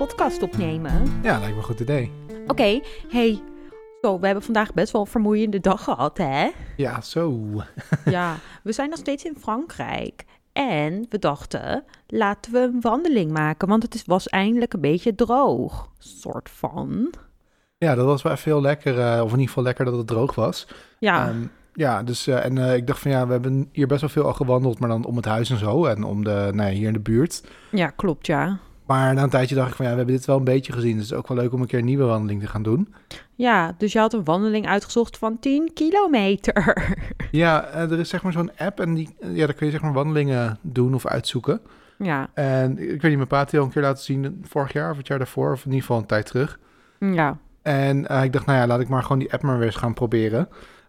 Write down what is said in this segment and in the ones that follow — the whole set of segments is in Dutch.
podcast opnemen? Ja, lijkt me een goed idee. Oké, hey. Zo, we hebben vandaag best wel een vermoeiende dag gehad, hè? Ja, zo. Ja, we zijn nog steeds in Frankrijk. En we dachten, laten we een wandeling maken, want het was eindelijk een beetje droog. Soort van. Ja, dat was wel even heel lekker. Of in ieder geval lekker dat het droog was. Ja, Ik dacht van ja, we hebben hier best wel veel al gewandeld, maar dan om het huis en zo. En om hier in de buurt. ja, klopt, ja. Maar na een tijdje dacht ik van ja, we hebben dit wel een beetje gezien. Dus het is ook wel leuk om een keer een nieuwe wandeling te gaan doen. Ja, dus je had een wandeling uitgezocht van 10 kilometer. Ja, er is zeg maar zo'n app en daar kun je zeg maar wandelingen doen of uitzoeken. Ja, En ik weet niet, mijn pa had die al een keer laten zien vorig jaar of het jaar daarvoor. Of in ieder geval een tijd terug. ja. En ik dacht, nou ja, laat ik maar gewoon die app maar weer eens gaan proberen.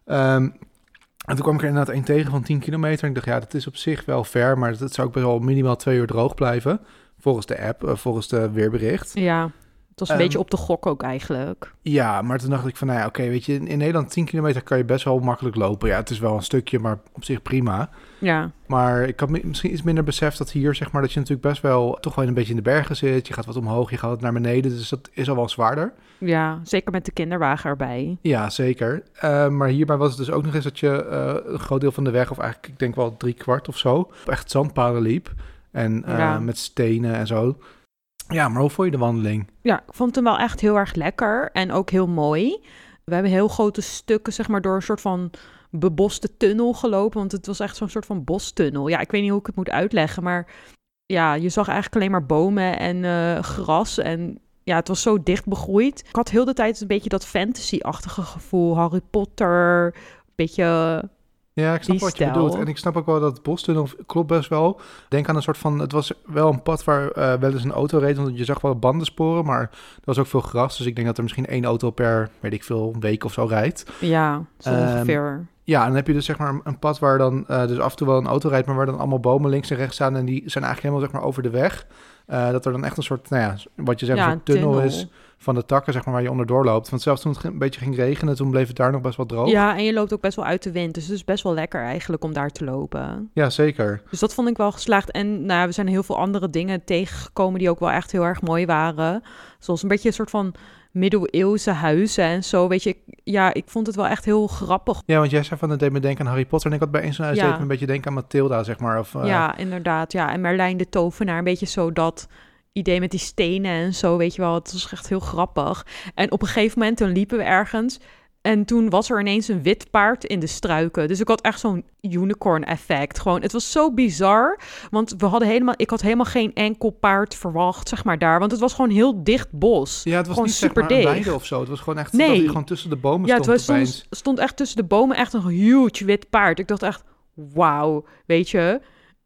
En toen kwam ik er inderdaad 1 tegen van 10 kilometer. En ik dacht, ja, dat is op zich wel ver, maar dat zou ook best wel minimaal 2 uur droog blijven. Volgens de app, volgens de weerbericht. Ja, het was een beetje op de gok ook eigenlijk. Ja, maar toen dacht ik van, nou ja, oké, weet je, in Nederland 10 kilometer kan je best wel makkelijk lopen. Ja, het is wel een stukje, maar op zich prima. Ja, Maar ik had misschien iets minder beseft dat hier, zeg maar, dat je natuurlijk best wel toch wel een beetje in de bergen zit. Je gaat wat omhoog, je gaat wat naar beneden, dus dat is al wel zwaarder. ja, zeker met de kinderwagen erbij. Ja, zeker. Maar hierbij was het dus ook nog eens dat je een groot deel van de weg, of eigenlijk ik denk wel 3/4 of zo, op echt zandpaden liep. En met stenen en zo. Ja, maar hoe vond je de wandeling? Ja, ik vond hem wel echt heel erg lekker en ook heel mooi. We hebben heel grote stukken, zeg maar, door een soort van beboste tunnel gelopen. Want het was echt zo'n soort van bostunnel. Ja, ik weet niet hoe ik het moet uitleggen, maar ja, je zag eigenlijk alleen maar bomen en gras. En ja, het was zo dicht begroeid. Ik had heel de tijd een beetje dat fantasy-achtige gevoel. Harry Potter, een beetje... Ja, ik snap Die wat je stijl. bedoelt. En ik snap ook wel dat het bostunnel klopt best wel. Denk aan een soort van... Het was wel een pad waar wel eens een auto reed. Want je zag wel bandensporen, maar er was ook veel gras. Dus ik denk dat er misschien 1 auto per, weet ik veel, een week of zo rijdt. Ja, zo ongeveer. Ja, en dan heb je dus zeg maar een pad waar dan dus af en toe wel een auto rijdt, maar waar dan allemaal bomen links en rechts staan. En die zijn eigenlijk helemaal zeg maar over de weg. Dat er dan echt een soort, nou ja, wat je zegt, een soort tunnel is van de takken, zeg maar, waar je onderdoor loopt. Want zelfs toen het een beetje ging regenen, toen bleef het daar nog best wel droog. Ja, en je loopt ook best wel uit de wind. Dus het is best wel lekker eigenlijk om daar te lopen. Ja, zeker. Dus dat vond ik wel geslaagd. En nou, we zijn heel veel andere dingen tegengekomen die ook wel echt heel erg mooi waren. Zoals een beetje een soort van middeleeuwse huizen en zo. Weet je, ja, ik vond het wel echt heel grappig. Ja, want jij zei van het deed me denken aan Harry Potter. En ik had bij eens deed me een beetje denken aan Mathilda, zeg maar. Of, Ja, inderdaad. Ja, en Merlijn de Tovenaar. Een beetje zo dat idee met die stenen en zo, weet je wel. Het was echt heel grappig. En op een gegeven moment, toen liepen we ergens en toen was er ineens een wit paard in de struiken. Dus ik had echt zo'n unicorn effect. Gewoon, het was zo bizar. Want ik had helemaal geen enkel paard verwacht, zeg maar, daar. Want het was gewoon heel dicht bos. Ja, het was gewoon niet super super dicht. een weide of zo. Het was gewoon echt Nee. dat hij gewoon tussen de bomen Ja, stond. het stond echt tussen de bomen echt een huge wit paard. Ik dacht echt, wauw, weet je.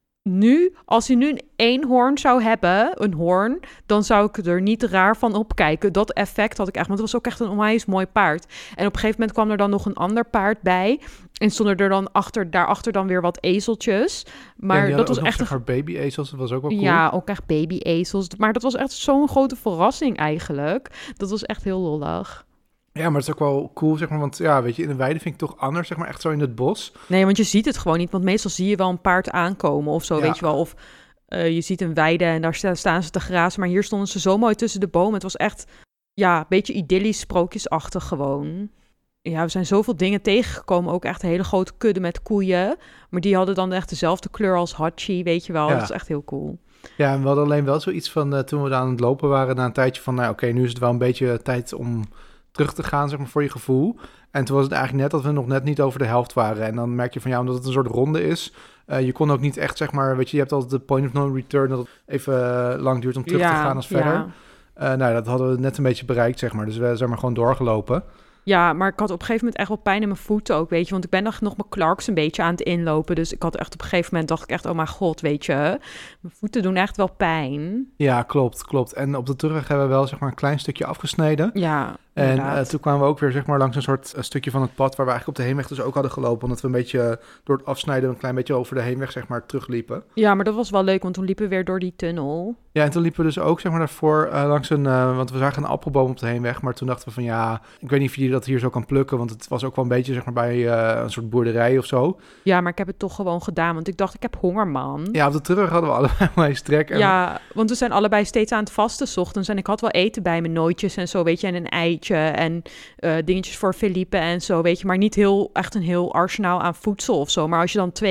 Nu, als hij nu een eenhoorn zou hebben, een hoorn, dan zou ik er niet raar van opkijken. Dat effect had ik echt, want het was ook echt een onwijs mooi paard. En op een gegeven moment kwam er dan nog een ander paard bij. En stonden er dan daarachter dan weer wat ezeltjes. Maar dat was echt een baby-ezels, dat was ook wel cool. Ja, ook echt baby-ezels. Maar dat was echt zo'n grote verrassing eigenlijk. Dat was echt heel lollig. Ja, maar het is ook wel cool, zeg maar, want ja, weet je, in de weide vind ik toch anders, zeg maar, echt zo in het bos. Nee, want je ziet het gewoon niet, want meestal zie je wel een paard aankomen of zo, Ja. weet je wel. Of je ziet een weide en daar staan ze te grazen, maar hier stonden ze zo mooi tussen de bomen. Het was echt, ja, een beetje idyllisch, sprookjesachtig gewoon. Ja, we zijn zoveel dingen tegengekomen, ook echt een hele grote kudde met koeien. Maar die hadden dan echt dezelfde kleur als Hachi, weet je wel. Ja. Dat is echt heel cool. Ja, en we hadden alleen wel zoiets van, toen we aan het lopen waren, na een tijdje van, nou oké, nu is het wel een beetje tijd om terug te gaan, zeg maar, voor je gevoel. En toen was het eigenlijk net dat we nog net niet over de helft waren. En dan merk je van, ja, omdat het een soort ronde is, je kon ook niet echt, zeg maar, weet je hebt altijd de point of no return, dat het even lang duurt om terug te gaan als verder. Nou, dat hadden we net een beetje bereikt, zeg maar. Dus we zijn maar gewoon doorgelopen. Ja, maar ik had op een gegeven moment echt wel pijn in mijn voeten ook, weet je. Want ik ben nog mijn Clarks een beetje aan het inlopen. Dus ik had echt op een gegeven moment, dacht ik echt, oh mijn god, weet je. Mijn voeten doen echt wel pijn. Ja, klopt. En op de terugweg hebben we wel, zeg maar, een klein stukje afgesneden. Ja. En inderdaad. toen kwamen we ook weer zeg maar langs een soort stukje van het pad waar we eigenlijk op de heenweg dus ook hadden gelopen. Omdat we een beetje door het afsnijden een klein beetje over de heenweg zeg maar terugliepen. Ja, maar dat was wel leuk, want toen liepen we weer door die tunnel. Ja, en toen liepen we dus ook zeg maar daarvoor langs want we zagen een appelboom op de heenweg. Maar toen dachten we van ja, ik weet niet of je dat hier zo kan plukken. Want het was ook wel een beetje zeg maar bij een soort boerderij of zo. Ja, maar ik heb het toch gewoon gedaan, want ik dacht, ik heb honger, man. Ja, op de terug hadden we allebei maar eens trek. En Ja, want we zijn allebei steeds aan het vasten 's ochtends. En ik had wel eten bij me, nootjes en zo, weet je. En een eitje en dingetjes voor Felipe en zo, weet je. Maar niet echt een heel arsenaal aan voedsel of zo. Maar als je dan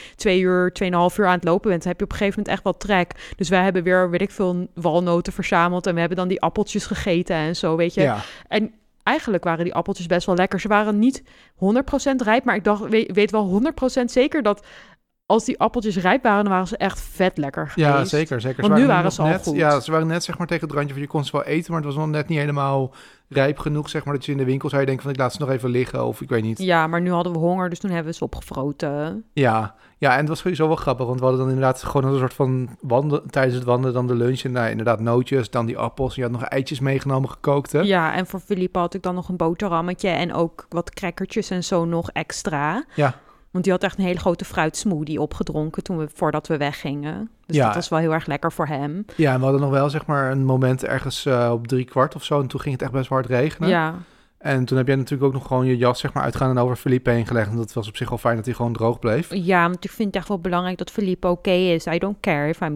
2,5 uur aan het lopen bent, dan heb je op een gegeven moment echt wel trek. Dus wij hebben weer, weet ik veel, walnoten verzameld. En we hebben dan die appeltjes gegeten en zo, weet je. ja. En eigenlijk waren die appeltjes best wel lekker. Ze waren niet 100% rijp, maar ik dacht, weet wel 100% zeker dat als die appeltjes rijp waren, dan waren ze echt vet lekker geweest. Ja, zeker. Want nu waren nog ze al net, goed. Ja, ze waren net zeg maar tegen het randje van je kon ze wel eten, maar het was nog net niet helemaal rijp genoeg zeg maar dat je in de winkel zou je denken van ik laat ze nog even liggen of ik weet niet. Ja, maar nu hadden we honger, dus toen hebben we ze opgefroten. Ja, en het was sowieso wel grappig, want we hadden dan inderdaad gewoon een soort van tijdens het wandelen dan de lunch en inderdaad nootjes, dan die appels. Je had nog eitjes meegenomen, gekookt hè? Ja, en voor Felipe had ik dan nog een boterhammetje en ook wat crackertjes en zo nog extra. Ja. Want die had echt een hele grote fruitsmoothie opgedronken voordat we weggingen. Dus Ja. dat was wel heel erg lekker voor hem. Ja, en we hadden nog wel zeg maar een moment ergens op 3/4 of zo en toen ging het echt best wel hard regenen. Ja, En toen heb jij natuurlijk ook nog gewoon je jas zeg maar uitgaan en over Felipe heen gelegd. En dat was op zich wel fijn dat hij gewoon droog bleef. ja, want ik vind het echt wel belangrijk dat Felipe oké is. I don't care if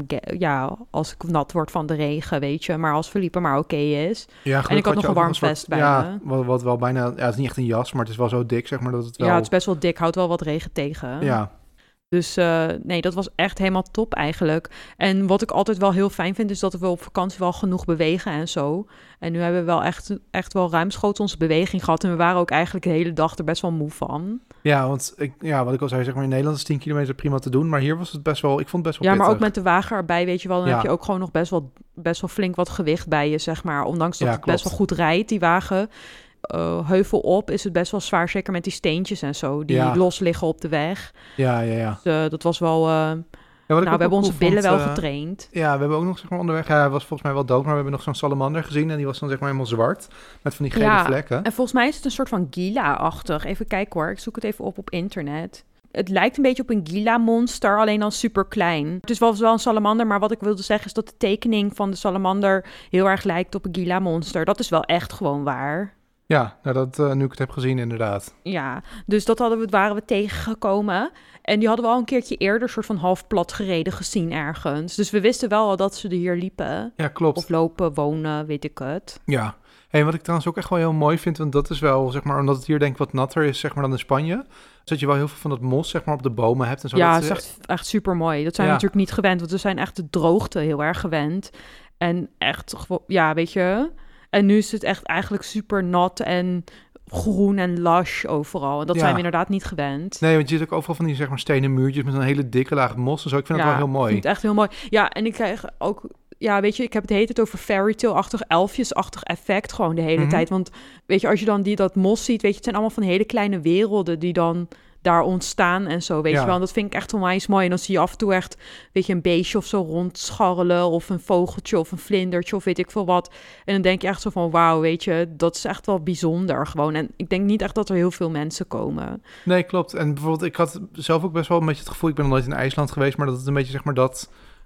als ik nat word van de regen, weet je. Maar als Felipe maar oké is. Ja, En ik had je nog een ook warm soort- vest bij ja, me. wat wel bijna... Ja, het is niet echt een jas, maar het is wel zo dik, zeg maar, dat het wel... Ja, het is best wel dik. Houdt wel wat regen tegen. Ja, Dus nee, dat was echt helemaal top eigenlijk. En wat ik altijd wel heel fijn vind, is dat we op vakantie wel genoeg bewegen en zo. En nu hebben we wel echt wel ruimschoots onze beweging gehad. En we waren ook eigenlijk de hele dag er best wel moe van. ja, want wat ik al zei, zeg maar, in Nederland is 10 kilometer prima te doen. Maar hier was het best wel... Ik vond het best wel Ja, maar ook pittig. met de wagen erbij, weet je wel. Dan Ja. heb je ook gewoon nog best wel flink wat gewicht bij je, zeg maar. Ondanks dat Ja, het best klopt. wel goed rijdt, die wagen. Heuvel op is het best wel zwaar, zeker met die steentjes en zo. Die Ja. los liggen op de weg. Ja. Dus, dat was wel... Ja, wat ik we ook hebben wel onze cool billen vond, wel getraind. Ja, we hebben ook nog zeg maar onderweg... Ja, hij was volgens mij wel dood, maar we hebben nog zo'n salamander gezien. En die was dan zeg maar helemaal zwart. Met van die gele Ja, vlekken. En volgens mij is het een soort van Gila-achtig. Even kijken hoor, ik zoek het even op internet. Het lijkt een beetje op een Gila-monster, alleen dan super klein. Het is wel een salamander, maar wat ik wilde zeggen is dat de tekening van de salamander heel erg lijkt op een Gila-monster. Dat is wel echt gewoon waar. Ja, nou dat nu ik het heb gezien inderdaad. Ja, dus dat waren we tegengekomen. En die hadden we al een keertje eerder soort van half plat gereden gezien ergens. Dus we wisten wel al dat ze er hier liepen. Ja, klopt. Of lopen, wonen, weet ik het. Ja. Hey, wat ik trouwens ook echt wel heel mooi vind, want dat is wel, zeg maar, omdat het hier denk ik wat natter is, zeg maar, dan in Spanje, dat je wel heel veel van dat mos, zeg maar, op de bomen hebt en zo. Ja, dat het is echt super mooi. Dat zijn we Ja. natuurlijk niet gewend, want we zijn echt de droogte heel erg gewend. En echt, ja, weet je. En nu is het echt eigenlijk super nat en groen en lush overal. En dat Ja. zijn we inderdaad niet gewend. Nee, want je ziet ook overal van die, zeg maar, stenen muurtjes met een hele dikke laag mos en zo. Ik vind dat wel heel Ik mooi. vind het echt heel mooi. Ja, en ik krijg ook... Ja, weet je, ik heb het heet over fairy tale-achtig, elfjes-achtig effect gewoon de hele Mhm. tijd. Want weet je, als je dan dat mos ziet, weet je, het zijn allemaal van hele kleine werelden die dan daar ontstaan en zo, weet Ja. je wel. En dat vind ik echt onwijs mooi. En dan zie je af en toe echt, weet je, een beestje of zo rondscharrelen of een vogeltje of een vlindertje of weet ik veel wat. En dan denk je echt zo van, wauw, weet je, dat is echt wel bijzonder gewoon. En ik denk niet echt dat er heel veel mensen komen. Nee, klopt. En bijvoorbeeld, ik had zelf ook best wel een beetje het gevoel, ik ben nog nooit in IJsland geweest, maar dat het een beetje, zeg maar, dat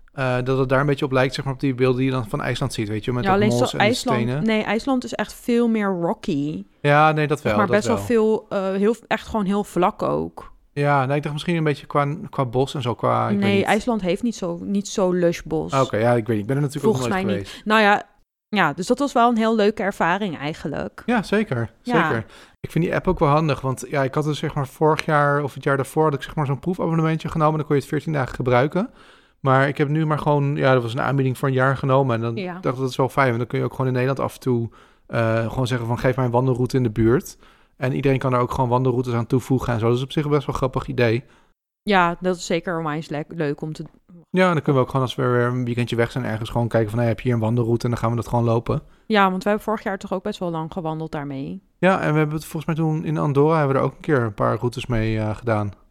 het daar een beetje op lijkt, zeg maar, op die beelden die je dan van IJsland ziet, weet je, met Ja, dat alleen mos zo en de IJsland, stenen. nee, IJsland is echt veel meer rocky. Ja, nee, dat wel. Maar dat best wel veel, echt gewoon heel vlak ook. Ja, nee, ik dacht misschien een beetje qua bos en zo, ik weet Nee, niet. IJsland heeft niet zo lush bos. Ah, Oké, ja, ik weet niet. Ik ben er natuurlijk ook Volgens nooit mij geweest. Nou ja, dus dat was wel een heel leuke ervaring eigenlijk. Ja, zeker. Ja. Zeker. Ik vind die app ook wel handig, want ja, ik had dus zeg maar vorig jaar of het jaar daarvoor had ik zeg maar zo'n proefabonnementje genomen. Dan kon je het 14 dagen gebruiken. Maar ik heb nu maar gewoon, ja, dat was een aanbieding voor een jaar genomen. En dan Ja. dacht ik, dat is wel fijn, want dan kun je ook gewoon in Nederland af en toe gewoon zeggen van geef mij een wandelroute in de buurt. En iedereen kan er ook gewoon wandelroutes aan toevoegen en zo. Dat is op zich best wel een grappig idee. Ja, dat is zeker onwijs leuk om te... Ja, en dan kunnen we ook gewoon als we weer een weekendje weg zijn ergens gewoon kijken van hey, heb je hier een wandelroute en dan gaan we dat gewoon lopen. Ja, want we hebben vorig jaar toch ook best wel lang gewandeld daarmee. Ja, en we hebben het volgens mij toen in Andorra hebben we er ook een keer een paar routes mee gedaan.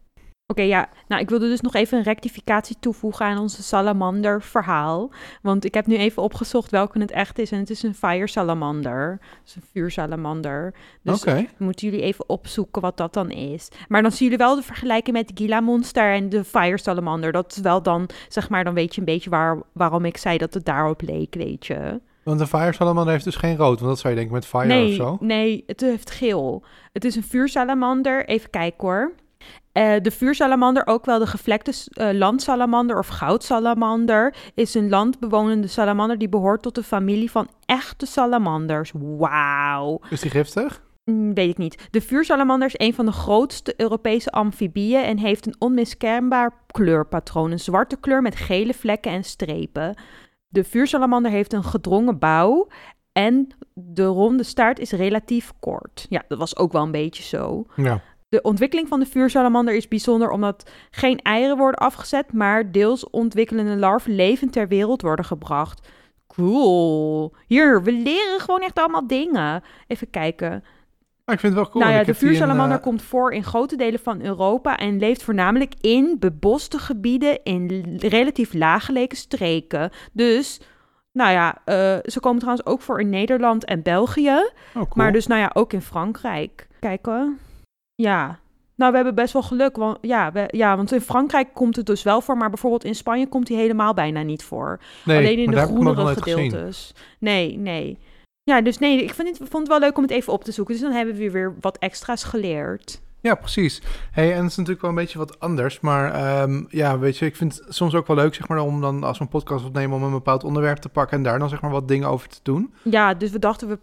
Oké, ja. Nou, ik wilde dus nog even een rectificatie toevoegen aan onze salamander verhaal. Want ik heb nu even opgezocht welke het echt is. En het is een fire salamander. Dus een vuursalamander. Dus moeten jullie even opzoeken wat dat dan is. Maar dan zien jullie wel de vergelijking met de Gila monster en de fire salamander. Dat is wel dan, zeg maar, dan weet je een beetje waarom ik zei dat het daarop leek, weet je. Want een fire salamander heeft dus geen rood, want dat zou je denken met fire of zo. Nee, het heeft geel. Het is een vuursalamander. Even kijken hoor. De vuursalamander, ook wel de gevlekte landsalamander of goudsalamander, is een landbewonende salamander die behoort tot de familie van echte salamanders. Wauw. Is die giftig? Weet ik niet. De vuursalamander is een van de grootste Europese amfibieën en heeft een onmiskenbaar kleurpatroon. Een zwarte kleur met gele vlekken en strepen. De vuursalamander heeft een gedrongen bouw en de ronde staart is relatief kort. Ja, dat was ook wel een beetje zo. Ja. De ontwikkeling van de vuursalamander is bijzonder omdat geen eieren worden afgezet, maar deels ontwikkelende larven levend ter wereld worden gebracht. Cool. Hier, we leren gewoon echt allemaal dingen. Even kijken. Maar ik vind het wel cool. Nou ja, de vuursalamander komt voor in grote delen van Europa en leeft voornamelijk in beboste gebieden in relatief laaggelegen streken. Dus, nou ja, ze komen trouwens ook voor in Nederland en België. Oh, cool. Maar dus, nou ja, ook in Frankrijk. Kijken. Ja, nou, we hebben best wel geluk. Want, want in Frankrijk komt het dus wel voor, maar bijvoorbeeld in Spanje komt hij helemaal bijna niet voor. Nee, alleen in de groenere gedeeltes. Nee. Ja, dus nee, ik vond het wel leuk om het even op te zoeken. Dus dan hebben we weer wat extra's geleerd. Ja, precies. Hey, en het is natuurlijk wel een beetje wat anders. Maar weet je, ik vind het soms ook wel leuk, zeg maar, om dan als we een podcast opnemen om een bepaald onderwerp te pakken en daar dan zeg maar wat dingen over te doen. Ja, dus we dachten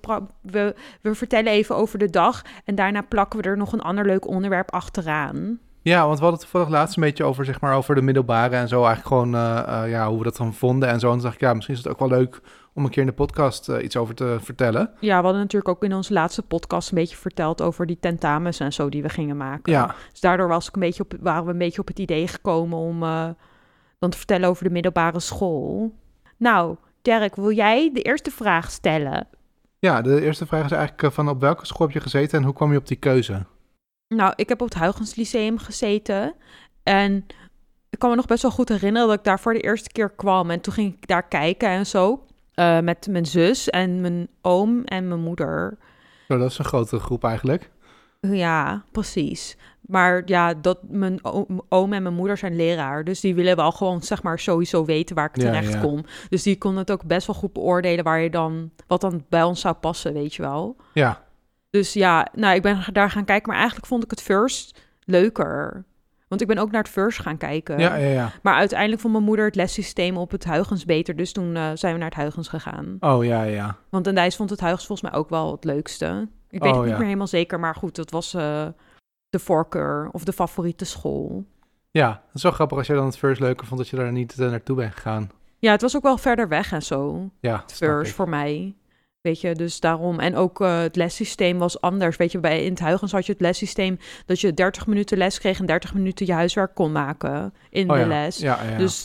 we vertellen even over de dag en daarna plakken we er nog een ander leuk onderwerp achteraan. Ja, want we hadden toevallig laatst een beetje over, zeg maar, over de middelbare en zo. Eigenlijk gewoon, hoe we dat dan vonden en zo. En toen dacht ik, ja, misschien is het ook wel leuk om een keer in de podcast iets over te vertellen. Ja, we hadden natuurlijk ook in onze laatste podcast een beetje verteld over die tentamens en zo die we gingen maken. Ja. Dus daardoor waren we een beetje op het idee gekomen om dan te vertellen over de middelbare school. Nou, Dirk, wil jij de eerste vraag stellen? Ja, de eerste vraag is eigenlijk van op welke school heb je gezeten en hoe kwam je op die keuze? Nou, ik heb op het Huygens Lyceum gezeten en ik kan me nog best wel goed herinneren dat ik daar voor de eerste keer kwam. En toen ging ik daar kijken en zo, met mijn zus en mijn oom en mijn moeder. Zo, dat is een grote groep eigenlijk. Ja, precies. Maar ja, mijn oom en mijn moeder zijn leraar, dus die willen wel gewoon, zeg maar, sowieso weten waar ik terecht kom. Dus die kon het ook best wel goed beoordelen wat dan bij ons zou passen, weet je wel. Ja. Dus ja, nou, ik ben daar gaan kijken, maar eigenlijk vond ik het first leuker. Want ik ben ook naar het first gaan kijken. Ja. Maar uiteindelijk vond mijn moeder het lessysteem op het Huygens beter, dus toen zijn we naar het Huygens gegaan. Oh, ja. Want Dijs vond het Huygens volgens mij ook wel het leukste. Ik weet het niet meer helemaal zeker, maar goed, dat was de voorkeur of de favoriete school. Ja, dat is wel grappig als jij dan het first leuker vond dat je daar niet naartoe bent gegaan. Ja, het was ook wel verder weg en zo. Ja, het first voor mij. Weet je, dus daarom. En ook het lessysteem was anders. Weet je, in het Huygens had je het lessysteem dat je 30 minuten les kreeg en 30 minuten je huiswerk kon maken in de les. Ja. Dus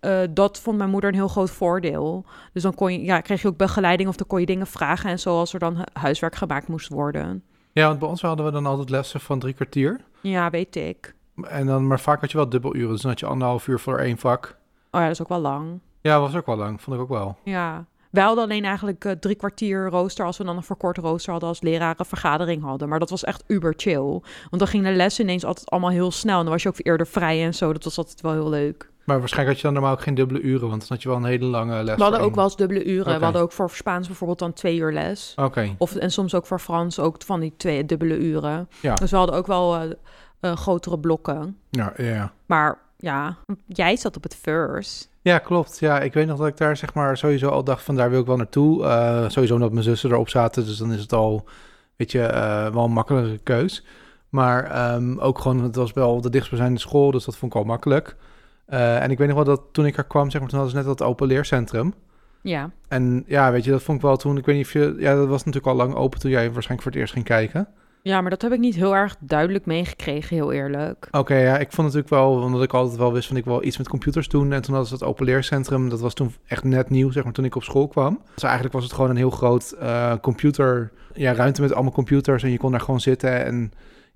dat vond mijn moeder een heel groot voordeel. Dus dan kreeg je ook begeleiding of dan kon je dingen vragen en zo als er dan huiswerk gemaakt moest worden. Ja, want bij ons hadden we dan altijd lessen van 3 kwartier. Ja, weet ik. En dan, maar vaak had je wel dubbeluren, dus dan had je 1,5 uur voor 1 vak. Oh ja, dat is ook wel lang. Ja, was ook wel lang, vond ik ook wel. Ja. Wij hadden alleen eigenlijk 3 kwartier rooster als we dan een verkort rooster hadden als leraren vergadering hadden. Maar dat was echt uber chill. Want dan ging de les ineens altijd allemaal heel snel. En dan was je ook eerder vrij en zo. Dat was altijd wel heel leuk. Maar waarschijnlijk had je dan normaal ook geen dubbele uren, want dan had je wel een hele lange les. We hadden ook wel eens dubbele uren. Okay. We hadden ook voor Spaans bijvoorbeeld dan 2 uur les. Oké. En soms ook voor Frans ook van die 2 dubbele uren. Ja. Dus we hadden ook wel grotere blokken. Ja. Maar ja, jij zat op het first. Ja, klopt. Ja, ik weet nog dat ik daar zeg maar sowieso al dacht van daar wil ik wel naartoe. Sowieso omdat mijn zussen erop zaten, dus dan is het al, weet je, wel een makkelijke keus. Maar ook gewoon, het was wel de dichtstbijzijnde school, dus dat vond ik al makkelijk. En ik weet nog wel dat toen ik er kwam, zeg maar, toen hadden ze net dat open leercentrum. Ja. En ja, weet je, dat vond ik wel toen, ik weet niet of je, ja, dat was natuurlijk al lang open toen jij waarschijnlijk voor het eerst ging kijken. Ja, maar dat heb ik niet heel erg duidelijk meegekregen, heel eerlijk. Oké, ja, ik vond natuurlijk wel, omdat ik altijd wel wist van ik wil iets met computers doen. En toen hadden ze dat open leercentrum, dat was toen echt net nieuw, zeg maar, toen ik op school kwam. Dus eigenlijk was het gewoon een heel groot ruimte met allemaal computers en je kon daar gewoon zitten en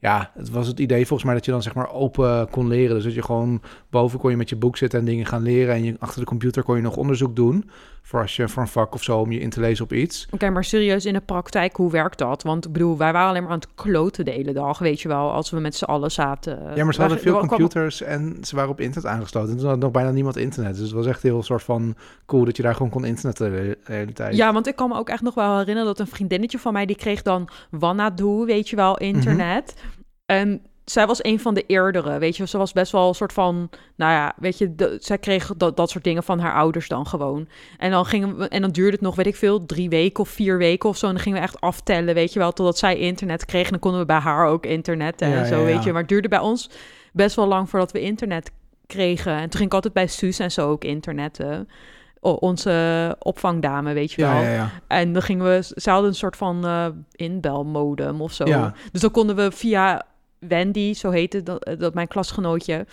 ja, het was het idee volgens mij dat je dan zeg maar open kon leren. Dus dat je gewoon boven kon je met je boek zitten en dingen gaan leren. En achter de computer kon je nog onderzoek doen. Voor een vak of zo, om je in te lezen op iets. Oké, maar serieus, in de praktijk, hoe werkt dat? Want ik bedoel, wij waren alleen maar aan het kloten de hele dag, weet je wel, als we met z'n allen zaten. Ja, maar ze hadden veel computers en ze waren op internet aangesloten. En toen had nog bijna niemand internet. Dus het was echt heel soort van cool dat je daar gewoon kon internetten de hele tijd. Ja, want ik kan me ook echt nog wel herinneren dat een vriendinnetje van mij, die kreeg dan Wanadu, weet je wel, internet. En zij was een van de eerdere, weet je. Ze was best wel een soort van, nou ja, weet je, zij kreeg dat soort dingen van haar ouders dan gewoon. En dan duurde het nog, weet ik veel, 3 weken of 4 weken of zo. En dan gingen we echt aftellen, weet je wel, totdat zij internet kreeg. En dan konden we bij haar ook internet en zo, weet je. Maar het duurde bij ons best wel lang voordat we internet kregen. En toen ging ik altijd bij Suus en zo ook internetten. Onze opvangdame, weet je wel. Ja. En dan ze hadden een soort van inbelmodem of zo. Ja. Dus dan konden we via Wendy, zo heette dat mijn klasgenootje.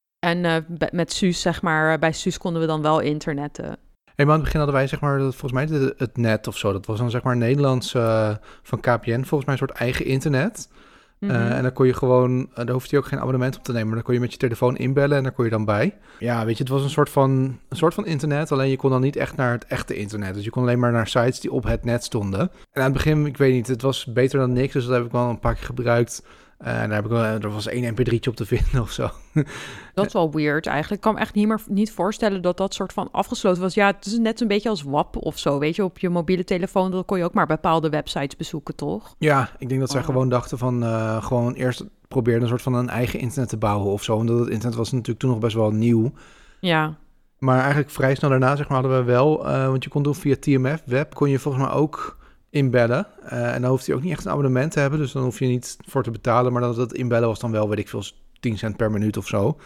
En met Suus, zeg maar, bij Suus konden we dan wel internetten. Maar aan het begin hadden wij, zeg maar, volgens mij het net of zo. Dat was dan, zeg maar, Nederlands van KPN, volgens mij een soort eigen internet. En dan kon je gewoon, daar hoefde je ook geen abonnement op te nemen, maar dan kon je met je telefoon inbellen en daar kon je dan bij. Ja, weet je, het was een soort van internet, alleen je kon dan niet echt naar het echte internet. Dus je kon alleen maar naar sites die op het net stonden. En aan het begin, ik weet niet, het was beter dan niks, dus dat heb ik wel een paar keer gebruikt. En er was 1 mp3'tje op te vinden of zo. Dat is wel weird eigenlijk. Ik kan me echt niet voorstellen dat soort van afgesloten was. Ja, het is net een beetje als WAP of zo, weet je. Op je mobiele telefoon, dan kon je ook maar bepaalde websites bezoeken, toch? Ja, ik denk dat zij gewoon dachten van, gewoon eerst probeerden een soort van een eigen internet te bouwen of zo. Omdat het internet was natuurlijk toen nog best wel nieuw. Ja. Maar eigenlijk vrij snel daarna, zeg maar, hadden we wel, want je kon doen via TMF-web, kon je volgens mij ook inbellen. En dan hoefde je ook niet echt een abonnement te hebben, dus dan hoef je niet voor te betalen. Maar dat inbellen was dan wel, weet ik veel, 10 cent per minuut of zo.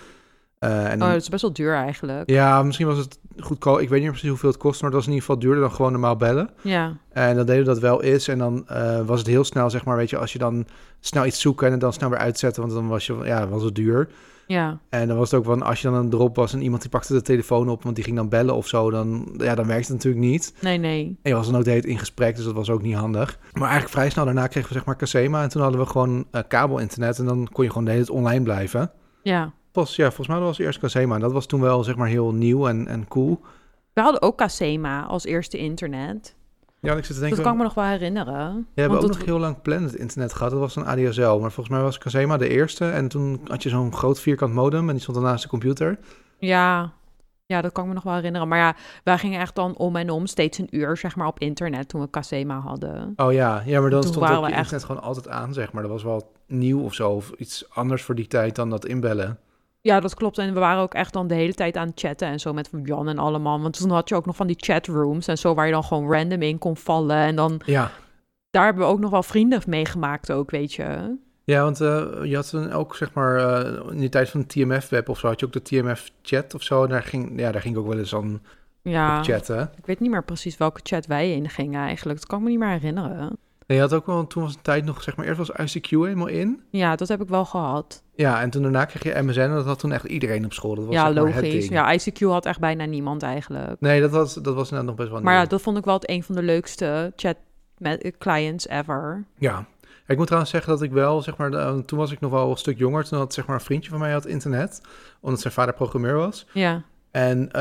En dan, dat is best wel duur eigenlijk. Ja, misschien was het goedkoop. Ik weet niet precies hoeveel het kost, maar het was in ieder geval duurder dan gewoon normaal bellen. Ja. En dan deden we dat wel eens. En dan was het heel snel, zeg maar, weet je, als je dan snel iets zoeken en het dan snel weer uitzetten, want dan was het duur. Ja. En dan was het ook van, als je dan een drop was en iemand die pakte de telefoon op, want die ging dan bellen of zo, dan werkte het natuurlijk niet. Nee. En je was dan ook de hele tijd in gesprek, dus dat was ook niet handig. Maar eigenlijk vrij snel daarna kregen we, zeg maar, Casema. En toen hadden we gewoon kabelinternet en dan kon je gewoon de hele tijd online blijven. Ja. Volgens mij was het eerst Casema. En dat was toen wel, zeg maar, heel nieuw en cool. We hadden ook Casema als eerste internet. Ja, ik zit te denken, dat kan ik me nog wel herinneren. We hebben ook nog heel lang Planet internet gehad. Dat was een ADSL. Maar volgens mij was Casema de eerste. En toen had je zo'n groot vierkant modem en die stond dan naast de computer. Ja, dat kan ik me nog wel herinneren. Maar ja, wij gingen echt dan om en om steeds een uur, zeg maar, op internet toen we Casema hadden. Oh ja, maar dan toen stond ook we je echt internet gewoon altijd aan, zeg maar. Dat was wel nieuw of zo. Of iets anders voor die tijd dan dat inbellen. Ja, dat klopt. En we waren ook echt dan de hele tijd aan het chatten en zo met Jan en allemaal. Want toen had je ook nog van die chatrooms en zo waar je dan gewoon random in kon vallen. En dan, daar hebben we ook nog wel vrienden meegemaakt ook, weet je. Ja, want je had dan ook, zeg maar, in die tijd van TMF-web of zo, had je ook de TMF-chat of zo. En daar ging ik ook wel eens aan op chatten. Ik weet niet meer precies welke chat wij in gingen eigenlijk. Dat kan ik me niet meer herinneren. Nee, je had ook wel, toen was een tijd nog, zeg maar, eerst was ICQ helemaal in. Ja, dat heb ik wel gehad. Ja, en toen daarna kreeg je MSN en dat had toen echt iedereen op school. Dat was, zeg maar, logisch. het ding. Ja, ICQ had echt bijna niemand eigenlijk. Nee, dat was inderdaad nog best wel Maar nieuw. ja, dat vond ik wel een van de leukste chat met clients ever. Ja. Ik moet trouwens zeggen dat ik wel, zeg maar, toen was ik nog wel een stuk jonger. Toen had, zeg maar, een vriendje van mij had internet, omdat zijn vader programmeur was. Ja. En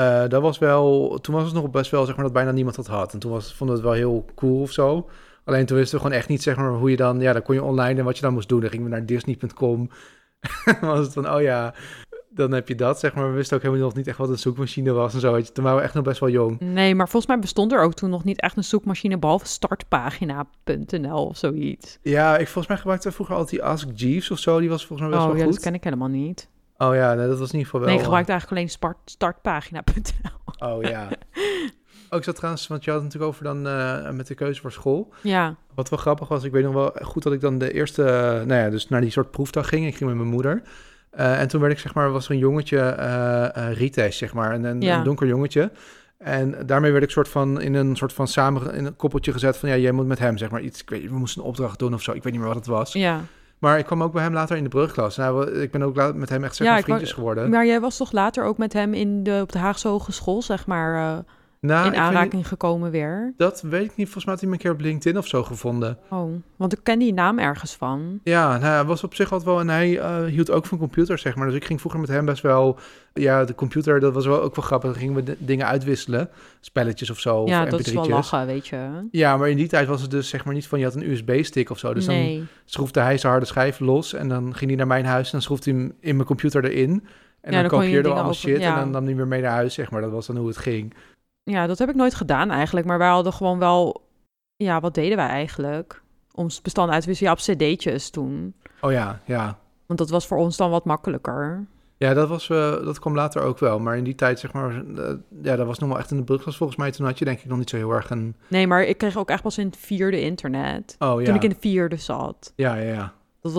toen was het nog best wel, zeg maar, dat bijna niemand dat had. En toen vonden we het wel heel cool of zo. Alleen toen wisten we gewoon echt niet, zeg maar, hoe je dan, dan kon je online en wat je dan moest doen. Dan gingen we naar Disney.com. Dan was het van, dan heb je dat, zeg maar. We wisten ook helemaal nog niet echt wat een zoekmachine was en zo. Weet je. Toen waren we echt nog best wel jong. Nee, maar volgens mij bestond er ook toen nog niet echt een zoekmachine, behalve startpagina.nl of zoiets. Ja, volgens mij gebruikte vroeger altijd die Ask Jeeves of zo. Die was volgens mij best wel goed. Dat ken ik helemaal niet. Oh ja, nee, dat was in ieder geval wel... Nee, ik gebruikte eigenlijk alleen startpagina.nl. Oh ja. Ik zat trouwens, want je had het natuurlijk over dan met de keuze voor school. Ja. Wat wel grappig was, ik weet nog wel goed dat ik dan de eerste, dus naar die soort proefdag ging. Ik ging met mijn moeder. En toen werd ik, zeg maar, was er een jongetje, Ritesh, zeg maar, een donker jongetje. En daarmee werd ik in een koppeltje gezet van, jij moet met hem, zeg maar, iets, we moesten een opdracht doen of zo. Ik weet niet meer wat het was. Ja. Maar ik kwam ook bij hem later in de brugklas. Nou, ik ben ook met hem echt, zeg maar, vriendjes geworden. Maar jij was toch later ook met hem op de Haagse Hogeschool, zeg maar, Nou, in ik weet niet, aanraking gekomen weer? dat weet ik niet. Volgens mij had hij me een keer op LinkedIn of zo gevonden. Oh, want ik ken die naam ergens van. Ja, nou, hij was op zich altijd wel... En hij hield ook van computers, zeg maar. Dus ik ging vroeger met hem best wel... Ja, de computer, dat was wel ook wel grappig. Dan gingen we dingen uitwisselen. Spelletjes of zo, Ja, of dat is wel mp3'tjes. lachen, weet je. Ja, maar in die tijd was het dus zeg maar niet van... Je had een USB-stick of zo. Dus dan Nee. schroefde hij zijn harde schijf los. En dan ging hij naar mijn huis. En dan schroefde hij hem in mijn computer erin. En Ja, dan dan kon je kopieerde we dingen allemaal over- shit. ja. En dan nam hij weer mee naar huis, zeg maar. Dat was dan hoe het ging. Ja, dat heb ik nooit gedaan eigenlijk. Maar wij hadden gewoon wel... Ja, wat deden wij eigenlijk? Ons bestand uit te wisselen, ja, op cd'tjes toen. Oh ja, ja. Want dat was voor ons dan wat makkelijker. Ja, dat kwam later ook wel. Maar in die tijd, zeg maar... ja, dat was nog wel echt in de brugklas volgens mij. Toen had je denk ik nog niet zo heel erg een... Nee, maar ik kreeg ook echt pas in het 4e internet. Oh ja. Toen ik in de 4e zat. Ja, ja, ja.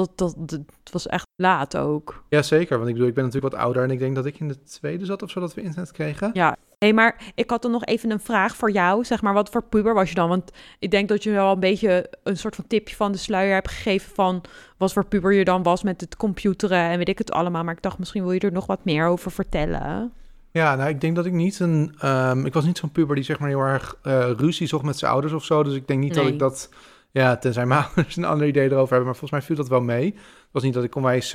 Dat was echt laat ook. Ja, zeker. Want ik bedoel, ik ben natuurlijk wat ouder en ik denk dat ik in de 2e zat of zo dat we internet kregen. Ja. Hé, maar ik had dan nog even een vraag voor jou. Zeg maar, wat voor puber was je dan? Want ik denk dat je wel een beetje een soort van tipje van de sluier hebt gegeven van wat voor puber je dan was met het computeren en weet ik het allemaal. Maar ik dacht, misschien wil je er nog wat meer over vertellen. Ja, nou, ik denk dat ik niet ik was niet zo'n puber die zeg maar heel erg ruzie zocht met zijn ouders of zo. Dus ik denk niet dat Nee. ik dat... Ja, tenzij mijn ouders een ander idee erover hebben. Maar volgens mij viel dat wel mee. Het was niet dat ik onwijs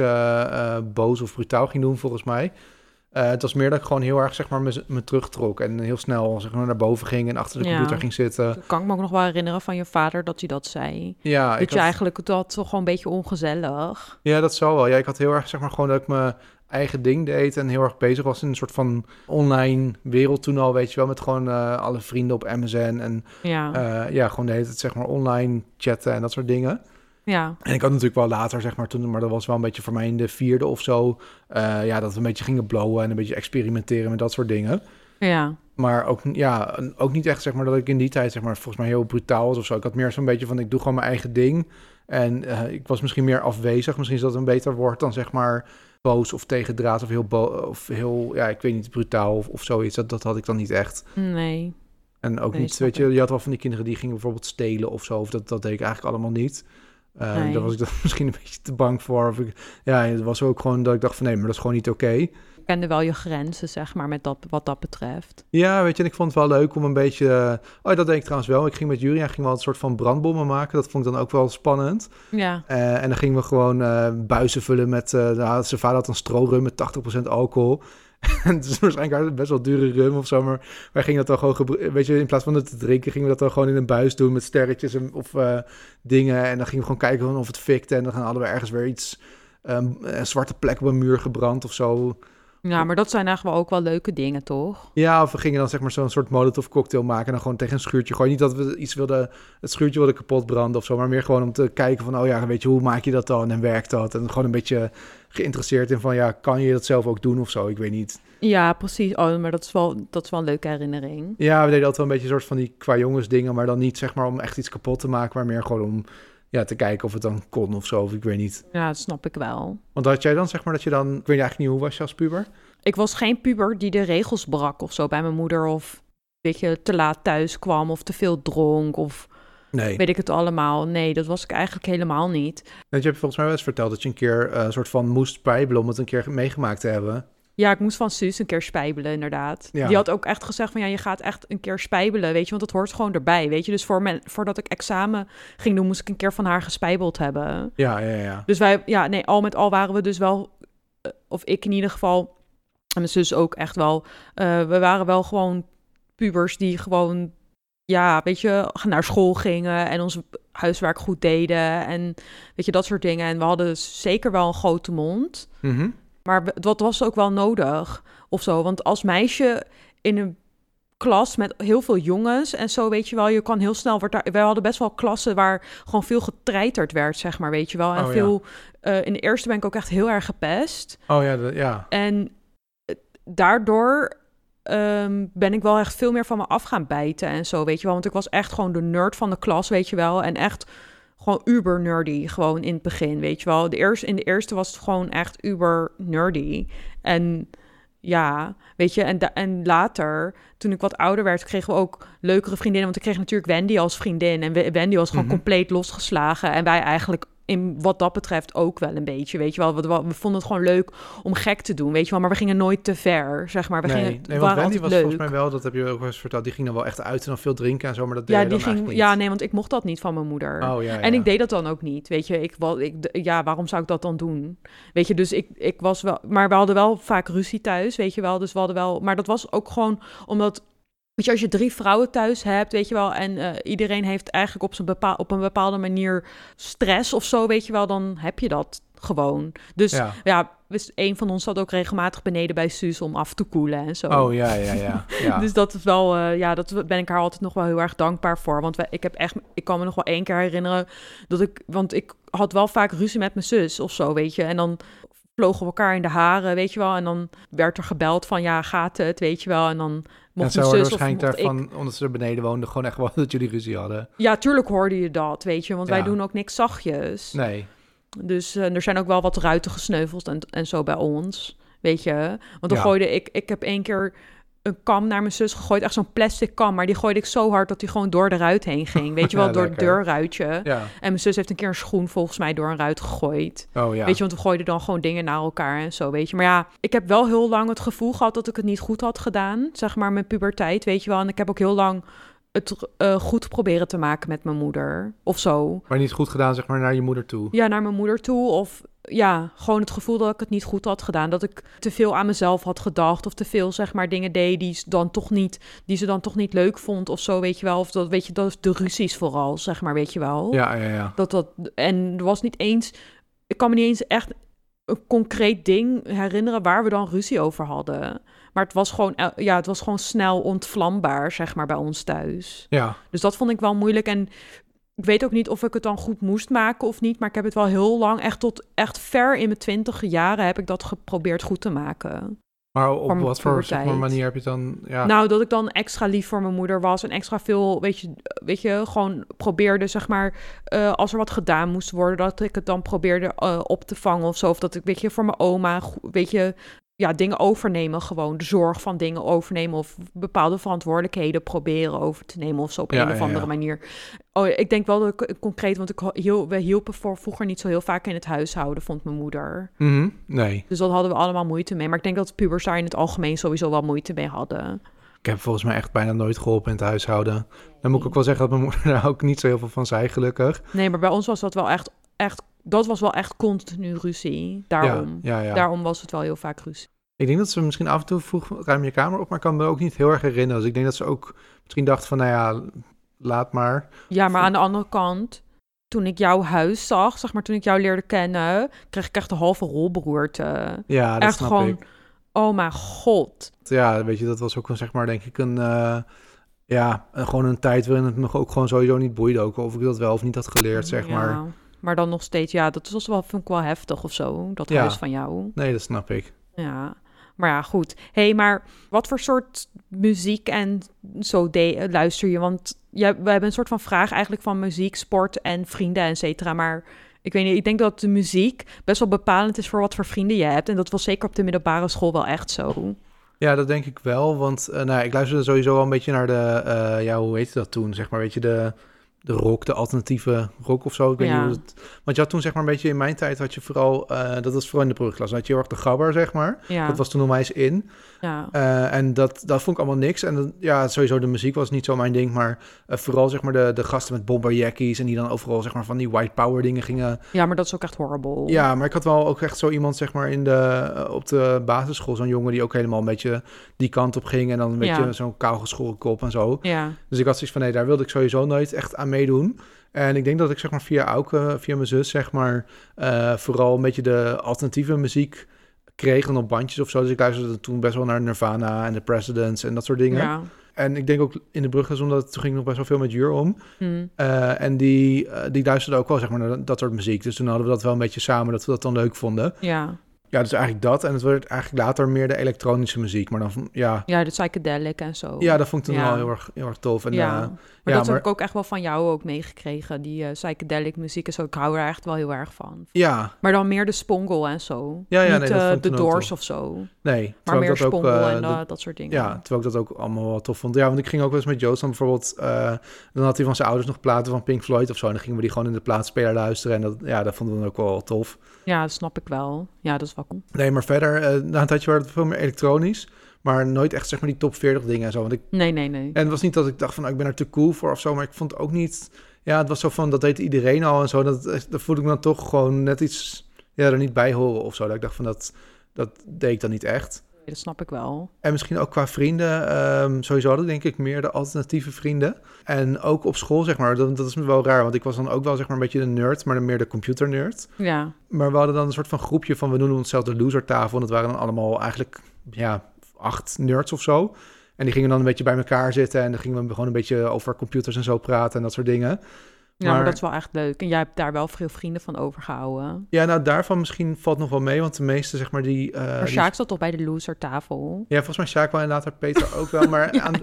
boos of brutaal ging doen, volgens mij. Het was meer dat ik gewoon heel erg zeg maar me terugtrok. En heel snel zeg maar, naar boven ging en achter de Ja. computer ging zitten. Dat kan ik me ook nog wel herinneren van je vader dat hij dat zei. Ja, Dat je eigenlijk dat toch gewoon een beetje ongezellig. Ja, dat zal wel. Ja, ik had heel erg zeg maar gewoon dat ik mijn eigen ding deed en heel erg bezig was in een soort van online wereld toen al, weet je wel, met gewoon alle vrienden op MSN en Ja, ja, gewoon de hele tijd zeg maar online chatten en dat soort dingen. ja, En ik had natuurlijk wel later zeg maar toen, maar dat was wel een beetje voor mij in de 4e of zo, ja, dat we een beetje gingen blowen en een beetje experimenteren met dat soort dingen. ja. Maar ook, ja, ook niet echt zeg maar dat ik in die tijd zeg maar volgens mij heel brutaal was of zo. Ik had meer zo'n beetje van ik doe gewoon mijn eigen ding. En ik was misschien meer afwezig. Misschien is dat een beter woord dan zeg maar boos of tegendraad of heel ja, ik weet niet, brutaal of zoiets. Dat had ik dan niet echt. Nee. En ook Nee, niet, snap weet je, je had wel van die kinderen die gingen bijvoorbeeld stelen of zo. Of dat deed ik eigenlijk allemaal niet. Nee. Daar was ik dan misschien een beetje te bang voor. Of ja, het was ook gewoon dat ik dacht van nee, maar dat is gewoon niet oké. Ik kende wel je grenzen, zeg maar, met dat, wat dat betreft. Ja, weet je, en ik vond het wel leuk om een beetje... Oh, dat deed ik trouwens wel. Ik ging met Julia ging wel een soort van brandbommen maken. Dat vond ik dan ook wel spannend. Ja, En dan gingen we gewoon buizen vullen met... zijn vader had een strorum met 80% alcohol. En het is waarschijnlijk best wel dure rum of zo, maar wij gingen dat dan gewoon... Weet je, in plaats van het te drinken, gingen we dat dan gewoon in een buis doen met sterretjes of dingen. En dan gingen we gewoon kijken of het fikte. En dan hadden we ergens weer iets... een zwarte plek op een muur gebrand of zo. ja, maar dat zijn eigenlijk wel ook wel leuke dingen, toch? Ja, of we gingen dan zeg maar zo'n soort molotov cocktail maken en dan gewoon tegen een schuurtje gooien. Niet dat we iets wilden, het schuurtje wilden kapot branden of zo, maar meer gewoon om te kijken van, oh ja, weet je, hoe maak je dat dan en werkt dat? En gewoon een beetje geïnteresseerd in van, ja, kan je dat zelf ook doen of zo? Ik weet niet. Ja, precies. Oh, maar dat is wel een leuke herinnering. Ja, we deden altijd wel een beetje een soort van die qua jongens dingen, maar dan niet zeg maar om echt iets kapot te maken, maar meer gewoon om ja, te kijken of het dan kon of zo, of ik weet niet. Ja, dat snap ik wel. Want had jij dan zeg maar dat je dan, ik weet eigenlijk niet, hoe was je als puber? Ik was geen puber die de regels brak of zo bij mijn moeder. Of, weet je, te laat thuis kwam of te veel dronk of Nee. weet ik het allemaal. Nee, dat was ik eigenlijk helemaal niet. Want je hebt volgens mij wel eens verteld dat je een keer een soort van moest spijbelen om het een keer meegemaakt te hebben. Ja, ik moest van Suus een keer spijbelen, inderdaad. Ja. Die had ook echt gezegd van, ja, je gaat echt een keer spijbelen, weet je, want dat hoort gewoon erbij, weet je. Dus voordat ik examen ging doen, moest ik een keer van haar gespijbeld hebben. Ja, ja, ja. Dus wij, ja, nee, al met al waren we dus wel, of ik in ieder geval, en mijn zus ook echt wel, we waren wel gewoon pubers die gewoon, ja, weet je, naar school gingen en ons huiswerk goed deden en weet je, dat soort dingen. En we hadden zeker wel een grote mond. Mhm. Maar dat was ook wel nodig of zo. Want als meisje in een klas met heel veel jongens en zo, weet je wel, je kan heel snel... Wij hadden best wel klassen waar gewoon veel getreiterd werd, zeg maar, weet je wel. En Oh, veel... in de eerste ben ik ook echt heel erg gepest. Oh ja, ja. En daardoor ben ik wel echt veel meer van me af gaan bijten en zo, weet je wel. Want ik was echt gewoon de nerd van de klas, weet je wel. En echt gewoon uber nerdy, gewoon in het begin, weet je wel. In de eerste was het gewoon echt uber nerdy. En ja, weet je, en later, toen ik wat ouder werd, kregen we ook leukere vriendinnen. Want ik kreeg natuurlijk Wendy als vriendin. En Wendy was gewoon compleet losgeslagen. En wij eigenlijk in wat dat betreft ook wel een beetje, weet je wel. We vonden het gewoon leuk om gek te doen, weet je wel. Maar we gingen nooit te ver, zeg maar. Nee, want Wendy was volgens mij wel, dat heb je ook wel eens verteld, die ging dan wel echt uit en dan veel drinken en zo, maar dat deed je dan eigenlijk niet. Ja, nee, want ik mocht dat niet van mijn moeder. En ik deed dat dan ook niet, weet je. Waarom zou ik dat dan doen? Weet je, dus ik was wel... Maar we hadden wel vaak ruzie thuis, weet je wel. Dus we hadden wel... Maar dat was ook gewoon omdat... Weet je, als je 3 vrouwen thuis hebt, weet je wel, en iedereen heeft eigenlijk op een bepaalde manier stress of zo, weet je wel, dan heb je dat gewoon. Dus een van ons zat ook regelmatig beneden bij Suus om af te koelen en zo. Oh, ja. Dus dat is wel, dat ben ik haar altijd nog wel heel erg dankbaar voor. Want ik kan me nog wel 1 keer herinneren want ik had wel vaak ruzie met mijn zus of zo, weet je. En dan vlogen we elkaar in de haren, weet je wel. En dan werd er gebeld van, ja, gaat het, weet je wel. En dan mocht mijn zus waarschijnlijk daarvan, omdat ze er beneden woonden, gewoon echt wel dat jullie ruzie hadden. Ja, tuurlijk hoorde je dat, weet je. Want wij doen ook niks zachtjes. Nee. Dus er zijn ook wel wat ruiten gesneuveld en zo bij ons, weet je. Want dan gooide ik heb 1 keer een kam naar mijn zus gegooid. Echt zo'n plastic kam. Maar die gooide ik zo hard dat die gewoon door de ruit heen ging. Weet je wel, door het deurruitje. Ja. En mijn zus heeft een keer een schoen volgens mij door een ruit gegooid. Oh ja. Weet je, want we gooiden dan gewoon dingen naar elkaar en zo, weet je. Maar ja, ik heb wel heel lang het gevoel gehad dat ik het niet goed had gedaan. Zeg maar, mijn puberteit, weet je wel. En ik heb ook heel lang het goed proberen te maken met mijn moeder. Of zo. Maar niet goed gedaan, zeg maar, naar je moeder toe? Ja, naar mijn moeder toe. Of ja, gewoon het gevoel dat ik het niet goed had gedaan. Dat ik te veel aan mezelf had gedacht. Of te veel, zeg maar, dingen deed die ze dan toch niet leuk vond of zo, weet je wel. Of dat, weet je, dat is de ruzies vooral, zeg maar, weet je wel. Ja. En er was niet eens... Ik kan me niet eens echt een concreet ding herinneren waar we dan ruzie over hadden. Maar het was gewoon snel ontvlambaar, zeg maar, bij ons thuis. Ja. Dus dat vond ik wel moeilijk. En ik weet ook niet of ik het dan goed moest maken of niet. Maar ik heb het wel heel lang, echt ver in mijn 20 jaren heb ik dat geprobeerd goed te maken. Maar op wat voor, zeg maar, manier heb je het dan... Ja. Nou, dat ik dan extra lief voor mijn moeder was en extra veel, weet je, gewoon probeerde, zeg maar, als er wat gedaan moest worden, dat ik het dan probeerde op te vangen of zo. Of dat ik, weet je, voor mijn oma, weet je, ja, dingen overnemen gewoon. De zorg van dingen overnemen of bepaalde verantwoordelijkheden proberen over te nemen of zo op een of andere manier. Oh, ik denk wel dat ik concreet, want we hielpen vroeger niet zo heel vaak in het huishouden, vond mijn moeder. Mm-hmm, nee. Dus dat hadden we allemaal moeite mee. Maar ik denk dat pubers daar in het algemeen sowieso wel moeite mee hadden. Ik heb volgens mij echt bijna nooit geholpen in het huishouden. Dan moet ik ook wel zeggen dat mijn moeder daar ook niet zo heel veel van zei, gelukkig. Nee, maar bij ons was dat wel echt dat was wel echt continu ruzie. Daarom. Ja. Daarom was het wel heel vaak ruzie. Ik denk dat ze misschien af en toe vroeg, ruim je kamer op, maar ik kan me ook niet heel erg herinneren. Dus ik denk dat ze ook misschien dacht van, nou ja, laat maar. Ja, maar aan de andere kant, toen ik jouw huis zag, zeg maar, toen ik jou leerde kennen, kreeg ik echt een halve rolberoerte. Ja, dat echt snap gewoon, ik. Oh mijn god. Ja, weet je, dat was ook, zeg maar, denk ik gewoon een tijd waarin het me ook gewoon sowieso niet boeide, ook of ik dat wel of niet had geleerd, zeg maar. Maar dan nog steeds, ja, dat was wel, vind ik wel heftig of zo, dat huis van jou. Nee, dat snap ik. Ja, maar ja, goed. Maar wat voor soort muziek en zo luister je? Want we hebben een soort van vraag eigenlijk van muziek, sport en vrienden, et cetera. Maar ik weet niet, ik denk dat de muziek best wel bepalend is voor wat voor vrienden je hebt. En dat was zeker op de middelbare school wel echt zo. Ja, dat denk ik wel, want ik luisterde sowieso wel een beetje naar de, hoe heette dat toen, zeg maar, weet je, de rock, de alternatieve rock of zo. Ik weet niet hoe het... Want je had toen, zeg maar, een beetje in mijn tijd had je vooral, dat was vooral in de brugklas, had je heel erg de gabber, zeg maar. Ja. Dat was toen onwijs in. Ja. En dat vond ik allemaal niks. En sowieso de muziek was niet zo mijn ding, maar vooral, zeg maar, de gasten met bomberjackies en die dan overal, zeg maar, van die white power dingen gingen. Ja, maar dat is ook echt horrible. Ja, maar ik had wel ook echt zo iemand, zeg maar, op de basisschool, zo'n jongen die ook helemaal een beetje die kant op ging en dan een beetje zo'n kaalgeschoren kop en zo. Ja. Dus ik had zoiets van, nee, daar wilde ik sowieso nooit echt aan meedoen. En ik denk dat ik, zeg maar, via mijn zus, zeg maar, vooral een beetje de alternatieve muziek kreeg dan op bandjes of zo. Dus ik luisterde toen best wel naar Nirvana en The Presidents en dat soort dingen. Ja. En ik denk ook in de brugklas, omdat toen ging ik nog best wel veel met Jur om. En die luisterde ook wel, zeg maar, naar dat soort muziek. Dus toen hadden we dat wel een beetje samen, dat we dat dan leuk vonden. Ja. Ja, dus eigenlijk dat. En het werd eigenlijk later meer de elektronische muziek. Maar dan, ja... Ja, de psychedelic en zo. Ja, dat vond ik toen Ja. wel heel erg tof. En, Ja, maar dat heb ik ook echt wel van jou ook meegekregen. Die psychedelic muziek en zo. Ik hou er echt wel heel erg van. Ja. Maar dan meer de Spongle en zo. Ja, Niet nee, dat vond ik de toen ook Doors tof. of zo. Nee. Maar meer ik dat ook, Spongle en dat soort dingen. Ja, terwijl ik dat ook allemaal wel tof vond. Ja, want ik ging ook wel eens met Joost dan bijvoorbeeld... dan had hij van zijn ouders nog platen van Pink Floyd of zo. En dan gingen we die gewoon in de plaatspeler luisteren. En dat vonden we dan ook wel tof. Ja, dat snap ik wel. Ja, dat is wel cool. Nee, maar verder, na een tijdje werd het veel meer elektronisch. Maar nooit echt, zeg maar, die top 40 dingen en zo. Want Nee. En het was niet dat ik dacht van, ik ben er te cool voor of zo. Maar ik vond het ook niet... Ja, het was zo van, dat deed iedereen al en zo. Dat voelde ik me dan toch gewoon net iets... Ja, er niet bij horen of zo. Dat ik dacht van, dat deed ik dan niet echt. Dat snap ik wel. En misschien ook qua vrienden. Sowieso had ik denk ik meer de alternatieve vrienden. En ook op school, zeg maar. Dat is me wel raar, want ik was dan ook wel, zeg maar, een beetje de nerd, maar dan meer de computernerd. Ja. Maar we hadden dan een soort van groepje van, we noemen onszelf de losertafel. En dat waren dan allemaal eigenlijk, 8 nerds of zo. En die gingen dan een beetje bij elkaar zitten. En dan gingen we gewoon een beetje over computers en zo praten en dat soort dingen. Ja, maar dat is wel echt leuk. En jij hebt daar wel veel vrienden van overgehouden. Ja, nou daarvan misschien valt nog wel mee, want de meeste, zeg maar, die... Maar Sjaak zat toch bij de losertafel? Ja, volgens mij Sjaak wel en later Peter ook wel. Maar ja, aan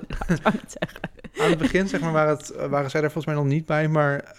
het begin, zeg maar, waren zij daar volgens mij nog niet bij. Maar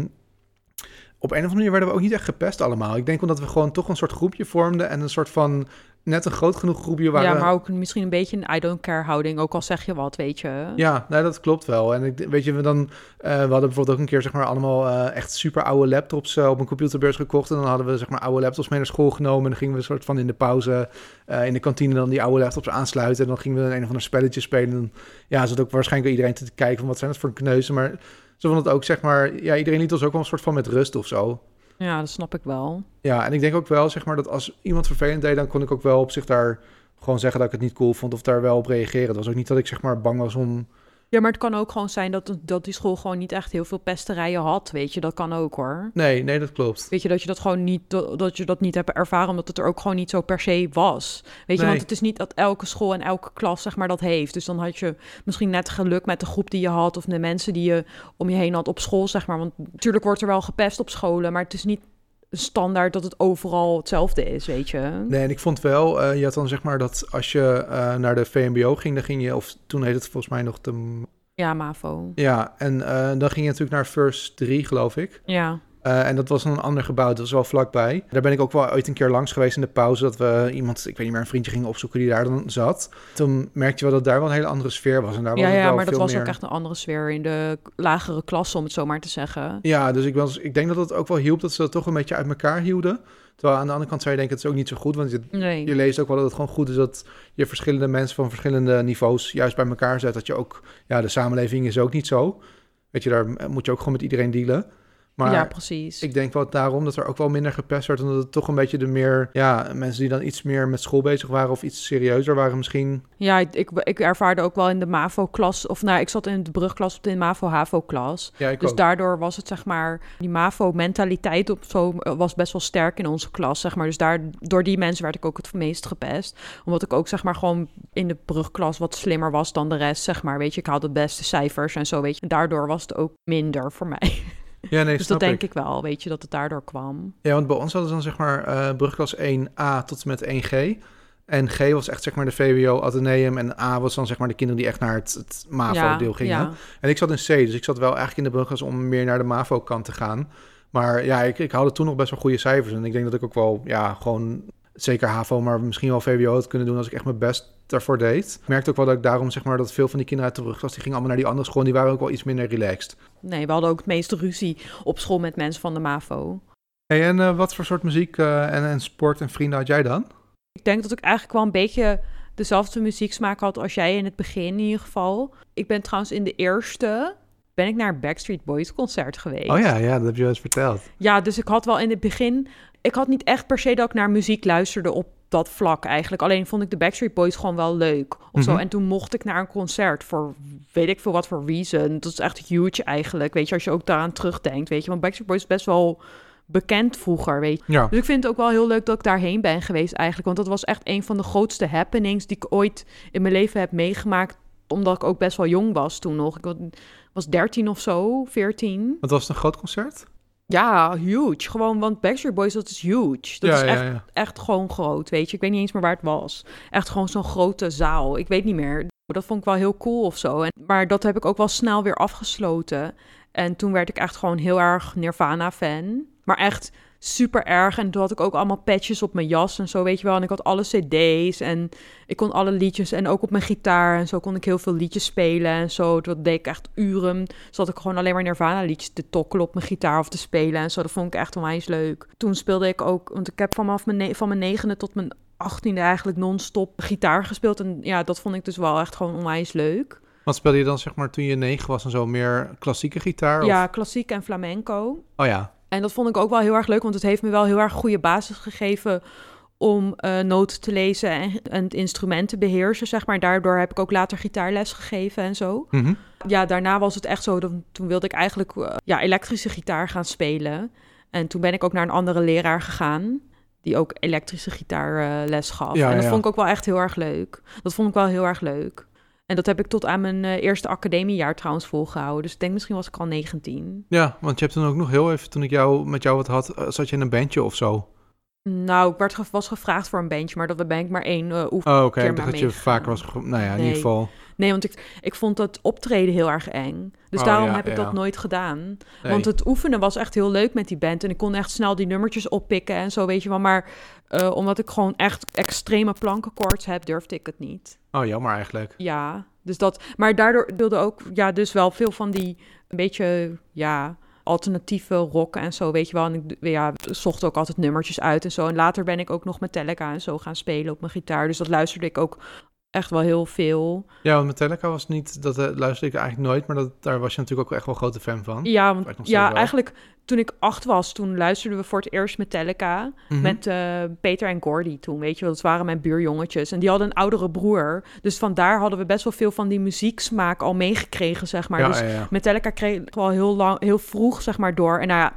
op een of andere manier werden we ook niet echt gepest allemaal. Ik denk omdat we gewoon toch een soort groepje vormden en een soort van... Net een groot genoeg groepje waar ja, maar ook misschien een beetje een I don't care houding. Ook al zeg je wat, weet je. Ja, nou, dat klopt wel. En weet je, we hadden bijvoorbeeld ook een keer, zeg maar, allemaal echt super oude laptops op een computerbeurs gekocht. En dan hadden we, zeg maar, oude laptops mee naar school genomen. En dan gingen we een soort van in de pauze in de kantine dan die oude laptops aansluiten. En dan gingen we een of ander spelletje spelen. En dan, ja, zat ook waarschijnlijk iedereen te kijken van wat zijn dat voor kneuzen. Maar ze vonden het ook, zeg maar, ja, iedereen liet ons ook wel een soort van met rust of zo. Ja, dat snap ik wel. Ja, en ik denk ook wel, zeg maar, dat als iemand vervelend deed, dan kon ik ook wel op zich daar gewoon zeggen dat ik het niet cool vond of daar wel op reageren. Het was ook niet dat ik, zeg maar, bang was om... Ja, maar het kan ook gewoon zijn dat die school gewoon niet echt heel veel pesterijen had, weet je. Dat kan ook, hoor. Nee, dat klopt. Weet je, dat je dat gewoon niet, dat je dat niet hebt ervaren, omdat het er ook gewoon niet zo per se was. Weet je, want het is niet dat elke school en elke klas, zeg maar, dat heeft. Dus dan had je misschien net geluk met de groep die je had of de mensen die je om je heen had op school, zeg maar. Want natuurlijk wordt er wel gepest op scholen, maar het is niet standaard dat het overal hetzelfde is, weet je. Nee, en ik vond wel, je had dan, zeg maar, dat als je naar de VMBO ging, dan ging je, of toen heette het volgens mij nog de... Ja, MAVO. Ja, en dan ging je natuurlijk naar First 3, geloof ik. Ja. En dat was een ander gebouw, dat was wel vlakbij. Daar ben ik ook wel ooit een keer langs geweest in de pauze, dat we iemand, ik weet niet meer, een vriendje gingen opzoeken die daar dan zat. Toen merkte je wel dat daar wel een hele andere sfeer was. En daar was het wel maar dat was meer... ook echt een andere sfeer in de lagere klasse, om het zo maar te zeggen. Ja, dus ik denk dat het ook wel hielp dat ze dat toch een beetje uit elkaar hielden. Terwijl aan de andere kant zou je denken, het is ook niet zo goed, want je leest ook wel dat het gewoon goed is dat je verschillende mensen van verschillende niveaus juist bij elkaar zet. Dat je ook, ja, de samenleving is ook niet zo. Weet je, daar moet je ook gewoon met iedereen dealen. Maar ja, precies. Ik denk wel daarom dat er ook wel minder gepest werd. Omdat het toch een beetje de meer... Ja, mensen die dan iets meer met school bezig waren of iets serieuzer waren misschien. Ja, ik ervaarde ook wel in de MAVO-klas... Of nou, ik zat in de brugklas of in de MAVO-HAVO-klas. Ja, ik dus ook. daardoor was het, zeg maar... Die MAVO-mentaliteit op zo was best wel sterk in onze klas, zeg maar. Dus door die mensen werd ik ook het meest gepest. Omdat ik ook, zeg maar, gewoon in de brugklas wat slimmer was dan de rest, zeg maar. Weet je, ik haalde de beste cijfers en zo, weet je. En daardoor was het ook minder voor mij. Ja, nee, dus dat denk ik wel, weet je, dat het daardoor kwam. Ja, want bij ons hadden ze dan, zeg maar, brugklas 1A tot en met 1G. En G was echt, zeg maar, de VWO Atheneum. En A was dan, zeg maar, de kinderen die echt naar het MAVO-deel gingen. Ja. En ik zat in C, dus ik zat wel eigenlijk in de brugklas om meer naar de MAVO-kant te gaan. Maar ja, ik haalde toen nog best wel goede cijfers. En ik denk dat ik ook wel, ja, gewoon... Zeker HAVO, maar misschien wel VWO had kunnen doen als ik echt mijn best daarvoor deed. Ik merkte ook wel dat ik daarom, zeg maar, dat veel van die kinderen uit de brugklas, die gingen allemaal naar die andere school en die waren ook wel iets minder relaxed. Nee, we hadden ook het meeste ruzie op school met mensen van de MAVO. Hey, en wat voor soort muziek en sport en vrienden had jij dan? Ik denk dat ik eigenlijk wel een beetje dezelfde muzieksmaak had als jij in het begin in ieder geval. Ik ben trouwens in de eerste... ben ik naar een Backstreet Boys concert geweest. Oh ja, dat heb je wel eens verteld. Ja, dus ik had wel in het begin... Ik had niet echt per se dat ik naar muziek luisterde op dat vlak eigenlijk. Alleen vond ik de Backstreet Boys gewoon wel leuk of zo. En toen mocht ik naar een concert voor weet ik veel wat voor reason. Dat is echt huge eigenlijk, weet je, als je ook daaraan terugdenkt, weet je. Want Backstreet Boys is best wel bekend vroeger, weet je. Ja. Dus ik vind het ook wel heel leuk dat ik daarheen ben geweest eigenlijk. Want dat was echt een van de grootste happenings die ik ooit in mijn leven heb meegemaakt. Omdat ik ook best wel jong was toen nog. Ik was 13 of zo, 14. Wat was het, een groot concert? Ja, huge. Gewoon, want Backstreet Boys, dat is huge. Dat is echt gewoon groot, weet je. Ik weet niet eens meer waar het was. Echt gewoon zo'n grote zaal. Ik weet niet meer. Dat vond ik wel heel cool of zo. Maar dat heb ik ook wel snel weer afgesloten. En toen werd ik echt gewoon heel erg Nirvana-fan. Maar echt super erg. En toen had ik ook allemaal patches op mijn jas en zo, weet je wel. En ik had alle cd's en ik kon alle liedjes. En ook op mijn gitaar en zo kon ik heel veel liedjes spelen en zo. Dat deed ik echt uren. Zat ik gewoon alleen maar Nirvana-liedjes te tokkelen op mijn gitaar of te spelen en zo. Dat vond ik echt onwijs leuk. Toen speelde ik ook, want ik heb vanaf van mijn 9e tot mijn 18e eigenlijk non-stop gitaar gespeeld. En ja, dat vond ik dus wel echt gewoon onwijs leuk. Wat speelde je dan, zeg maar, toen je 9 was en zo, meer klassieke gitaar? Ja, klassiek en flamenco. Oh ja. En dat vond ik ook wel heel erg leuk, want het heeft me wel heel erg goede basis gegeven om noten te lezen en het instrument te beheersen, zeg maar. Daardoor heb ik ook later gitaarles gegeven en zo. Mm-hmm. Ja, daarna was het echt zo, toen wilde ik eigenlijk elektrische gitaar gaan spelen. En toen ben ik ook naar een andere leraar gegaan, die ook elektrische gitaarles gaf. Ja, en dat vond ik ook wel echt heel erg leuk. Dat vond ik wel heel erg leuk. En dat heb ik tot aan mijn eerste academiejaar trouwens volgehouden. Dus ik denk misschien was ik al 19. Ja, want je hebt toen ook nog heel even, toen ik met jou wat had, zat je in een bandje of zo? Nou, ik was gevraagd voor een bandje, maar dat ben ik maar één oefening. Oh, oké. Ik dacht dat je vaker was. Nou ja, in ieder geval. Nee, want ik vond het optreden heel erg eng. Dus daarom heb ik dat nooit gedaan. Nee. Want het oefenen was echt heel leuk met die band. En ik kon echt snel die nummertjes oppikken en zo, weet je wel. Maar omdat ik gewoon echt extreme plankenkoorts heb, durfde ik het niet. Oh, jammer eigenlijk. Ja, dus dat. Maar daardoor wilde ook, dus wel veel van die een beetje, alternatieve rock en zo, weet je wel. En ik zocht ook altijd nummertjes uit en zo. En later ben ik ook nog Metallica en zo gaan spelen op mijn gitaar. Dus dat luisterde ik ook echt wel heel veel. Ja, want Metallica was niet, dat luisterde ik eigenlijk nooit, maar daar was je natuurlijk ook echt wel grote fan van. Ja, want eigenlijk toen ik 8 was, toen luisterden we voor het eerst Metallica met Peter en Gordy toen, weet je wel. Dat waren mijn buurjongetjes en die hadden een oudere broer. Dus vandaar hadden we best wel veel van die muzieksmaak al meegekregen, zeg maar. Dus Metallica kreeg ik wel heel vroeg, zeg maar, door. En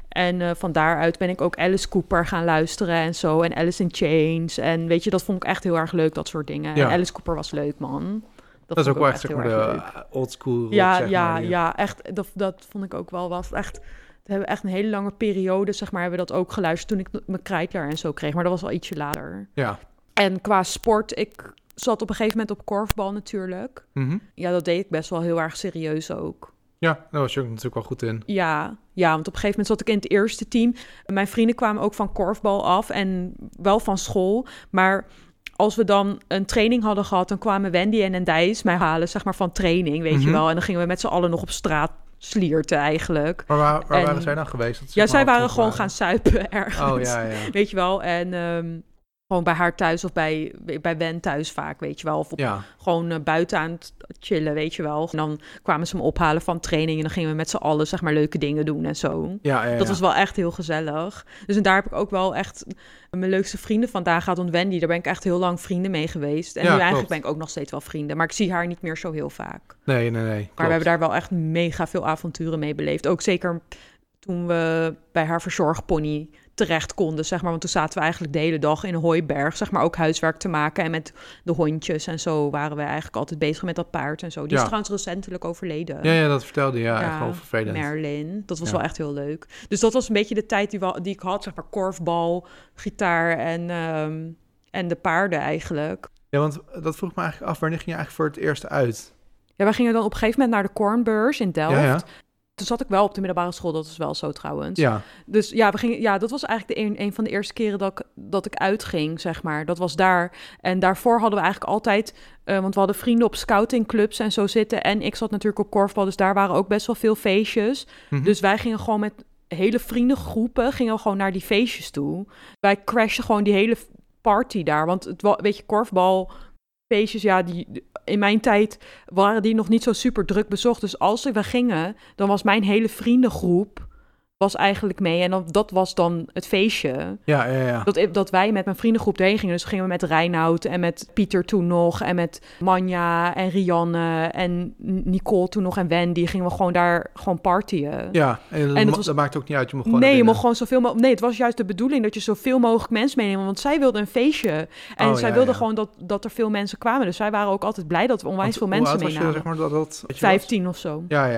En van daaruit ben ik ook Alice Cooper gaan luisteren en zo. En Alice in Chains. En weet je, dat vond ik echt heel erg leuk, dat soort dingen. Ja. En Alice Cooper was leuk, man. Dat is ook wel echt, zeg maar, de old school rock, ja, echt. Dat vond ik ook wel. Was echt, we hebben echt een hele lange periode, zeg maar, hebben we dat ook geluisterd toen ik mijn Kreitler en zo kreeg. Maar dat was wel ietsje later. Ja. En qua sport, ik zat op een gegeven moment op korfbal natuurlijk. Mm-hmm. Ja, dat deed ik best wel heel erg serieus ook. Ja, daar was je ook natuurlijk wel goed in. Ja, want op een gegeven moment zat ik in het eerste team. Mijn vrienden kwamen ook van korfbal af en wel van school. Maar als we dan een training hadden gehad, dan kwamen Wendy en Dijs mij halen, zeg maar, van training, weet je wel. En dan gingen we met z'n allen nog op straat slierten eigenlijk. Maar waar waren zij dan geweest? Zij waren gewoon gaan suipen ergens. Oh, ja. Weet je wel, en gewoon bij haar thuis of bij Wen thuis vaak, weet je wel. Of gewoon buiten aan het chillen, weet je wel. En dan kwamen ze me ophalen van training en dan gingen we met z'n allen, zeg maar, leuke dingen doen en zo. Ja. Dat was wel echt heel gezellig. Dus en daar heb ik ook wel echt mijn leukste vrienden vandaan gehad. Want Wendy, daar ben ik echt heel lang vrienden mee geweest. En nu eigenlijk ben ik ook nog steeds wel vrienden. Maar ik zie haar niet meer zo heel vaak. Nee. Maar we hebben daar wel echt mega veel avonturen mee beleefd. Ook zeker toen we bij haar verzorgpony terecht konden, zeg maar. Want toen zaten we eigenlijk de hele dag in een hooiberg, zeg maar, ook huiswerk te maken. En met de hondjes en zo waren we eigenlijk altijd bezig met dat paard en zo. Die is trouwens recentelijk overleden. Ja, dat vertelde je. Ja, echt wel vervelend. Merlin. Dat was wel echt heel leuk. Dus dat was een beetje de tijd die ik had, zeg maar, korfbal, gitaar en de paarden eigenlijk. Ja, want dat vroeg me eigenlijk af, wanneer ging je eigenlijk voor het eerst uit? Ja, wij gingen dan op een gegeven moment naar de Cornbeurs in Delft. Ja. Toen zat ik wel op de middelbare school, dat is wel zo trouwens. Ja. Dus dat was eigenlijk een van de eerste keren dat ik uitging, zeg maar. Dat was daar. En daarvoor hadden we eigenlijk altijd, want we hadden vrienden op scoutingclubs en zo zitten. En ik zat natuurlijk op korfbal, dus daar waren ook best wel veel feestjes. Mm-hmm. Dus wij gingen gewoon met hele vriendengroepen, gingen we gewoon naar die feestjes toe. Wij crashten gewoon die hele party daar, want weet je, korfbal feestjes, in mijn tijd waren die nog niet zo super druk bezocht. Dus als we gingen, dan was mijn hele vriendengroep eigenlijk mee. En dat was dan het feestje. Ja. Dat wij met mijn vriendengroep erheen gingen. Dus gingen we met Reinoud en met Pieter toen nog. En met Manja en Rianne en Nicole toen nog en Wendy. Gingen we gewoon daar partyen. Ja, en dat maakt ook niet uit. Je mocht gewoon je mocht gewoon zoveel mogelijk. Nee, het was juist de bedoeling dat je zoveel mogelijk mensen meeneemt. Want zij wilden een feestje. En zij wilden gewoon dat er veel mensen kwamen. Dus wij waren ook altijd blij dat we onwijs veel mensen meenamen. Was je, zeg maar, dat 15 of zo. Ja.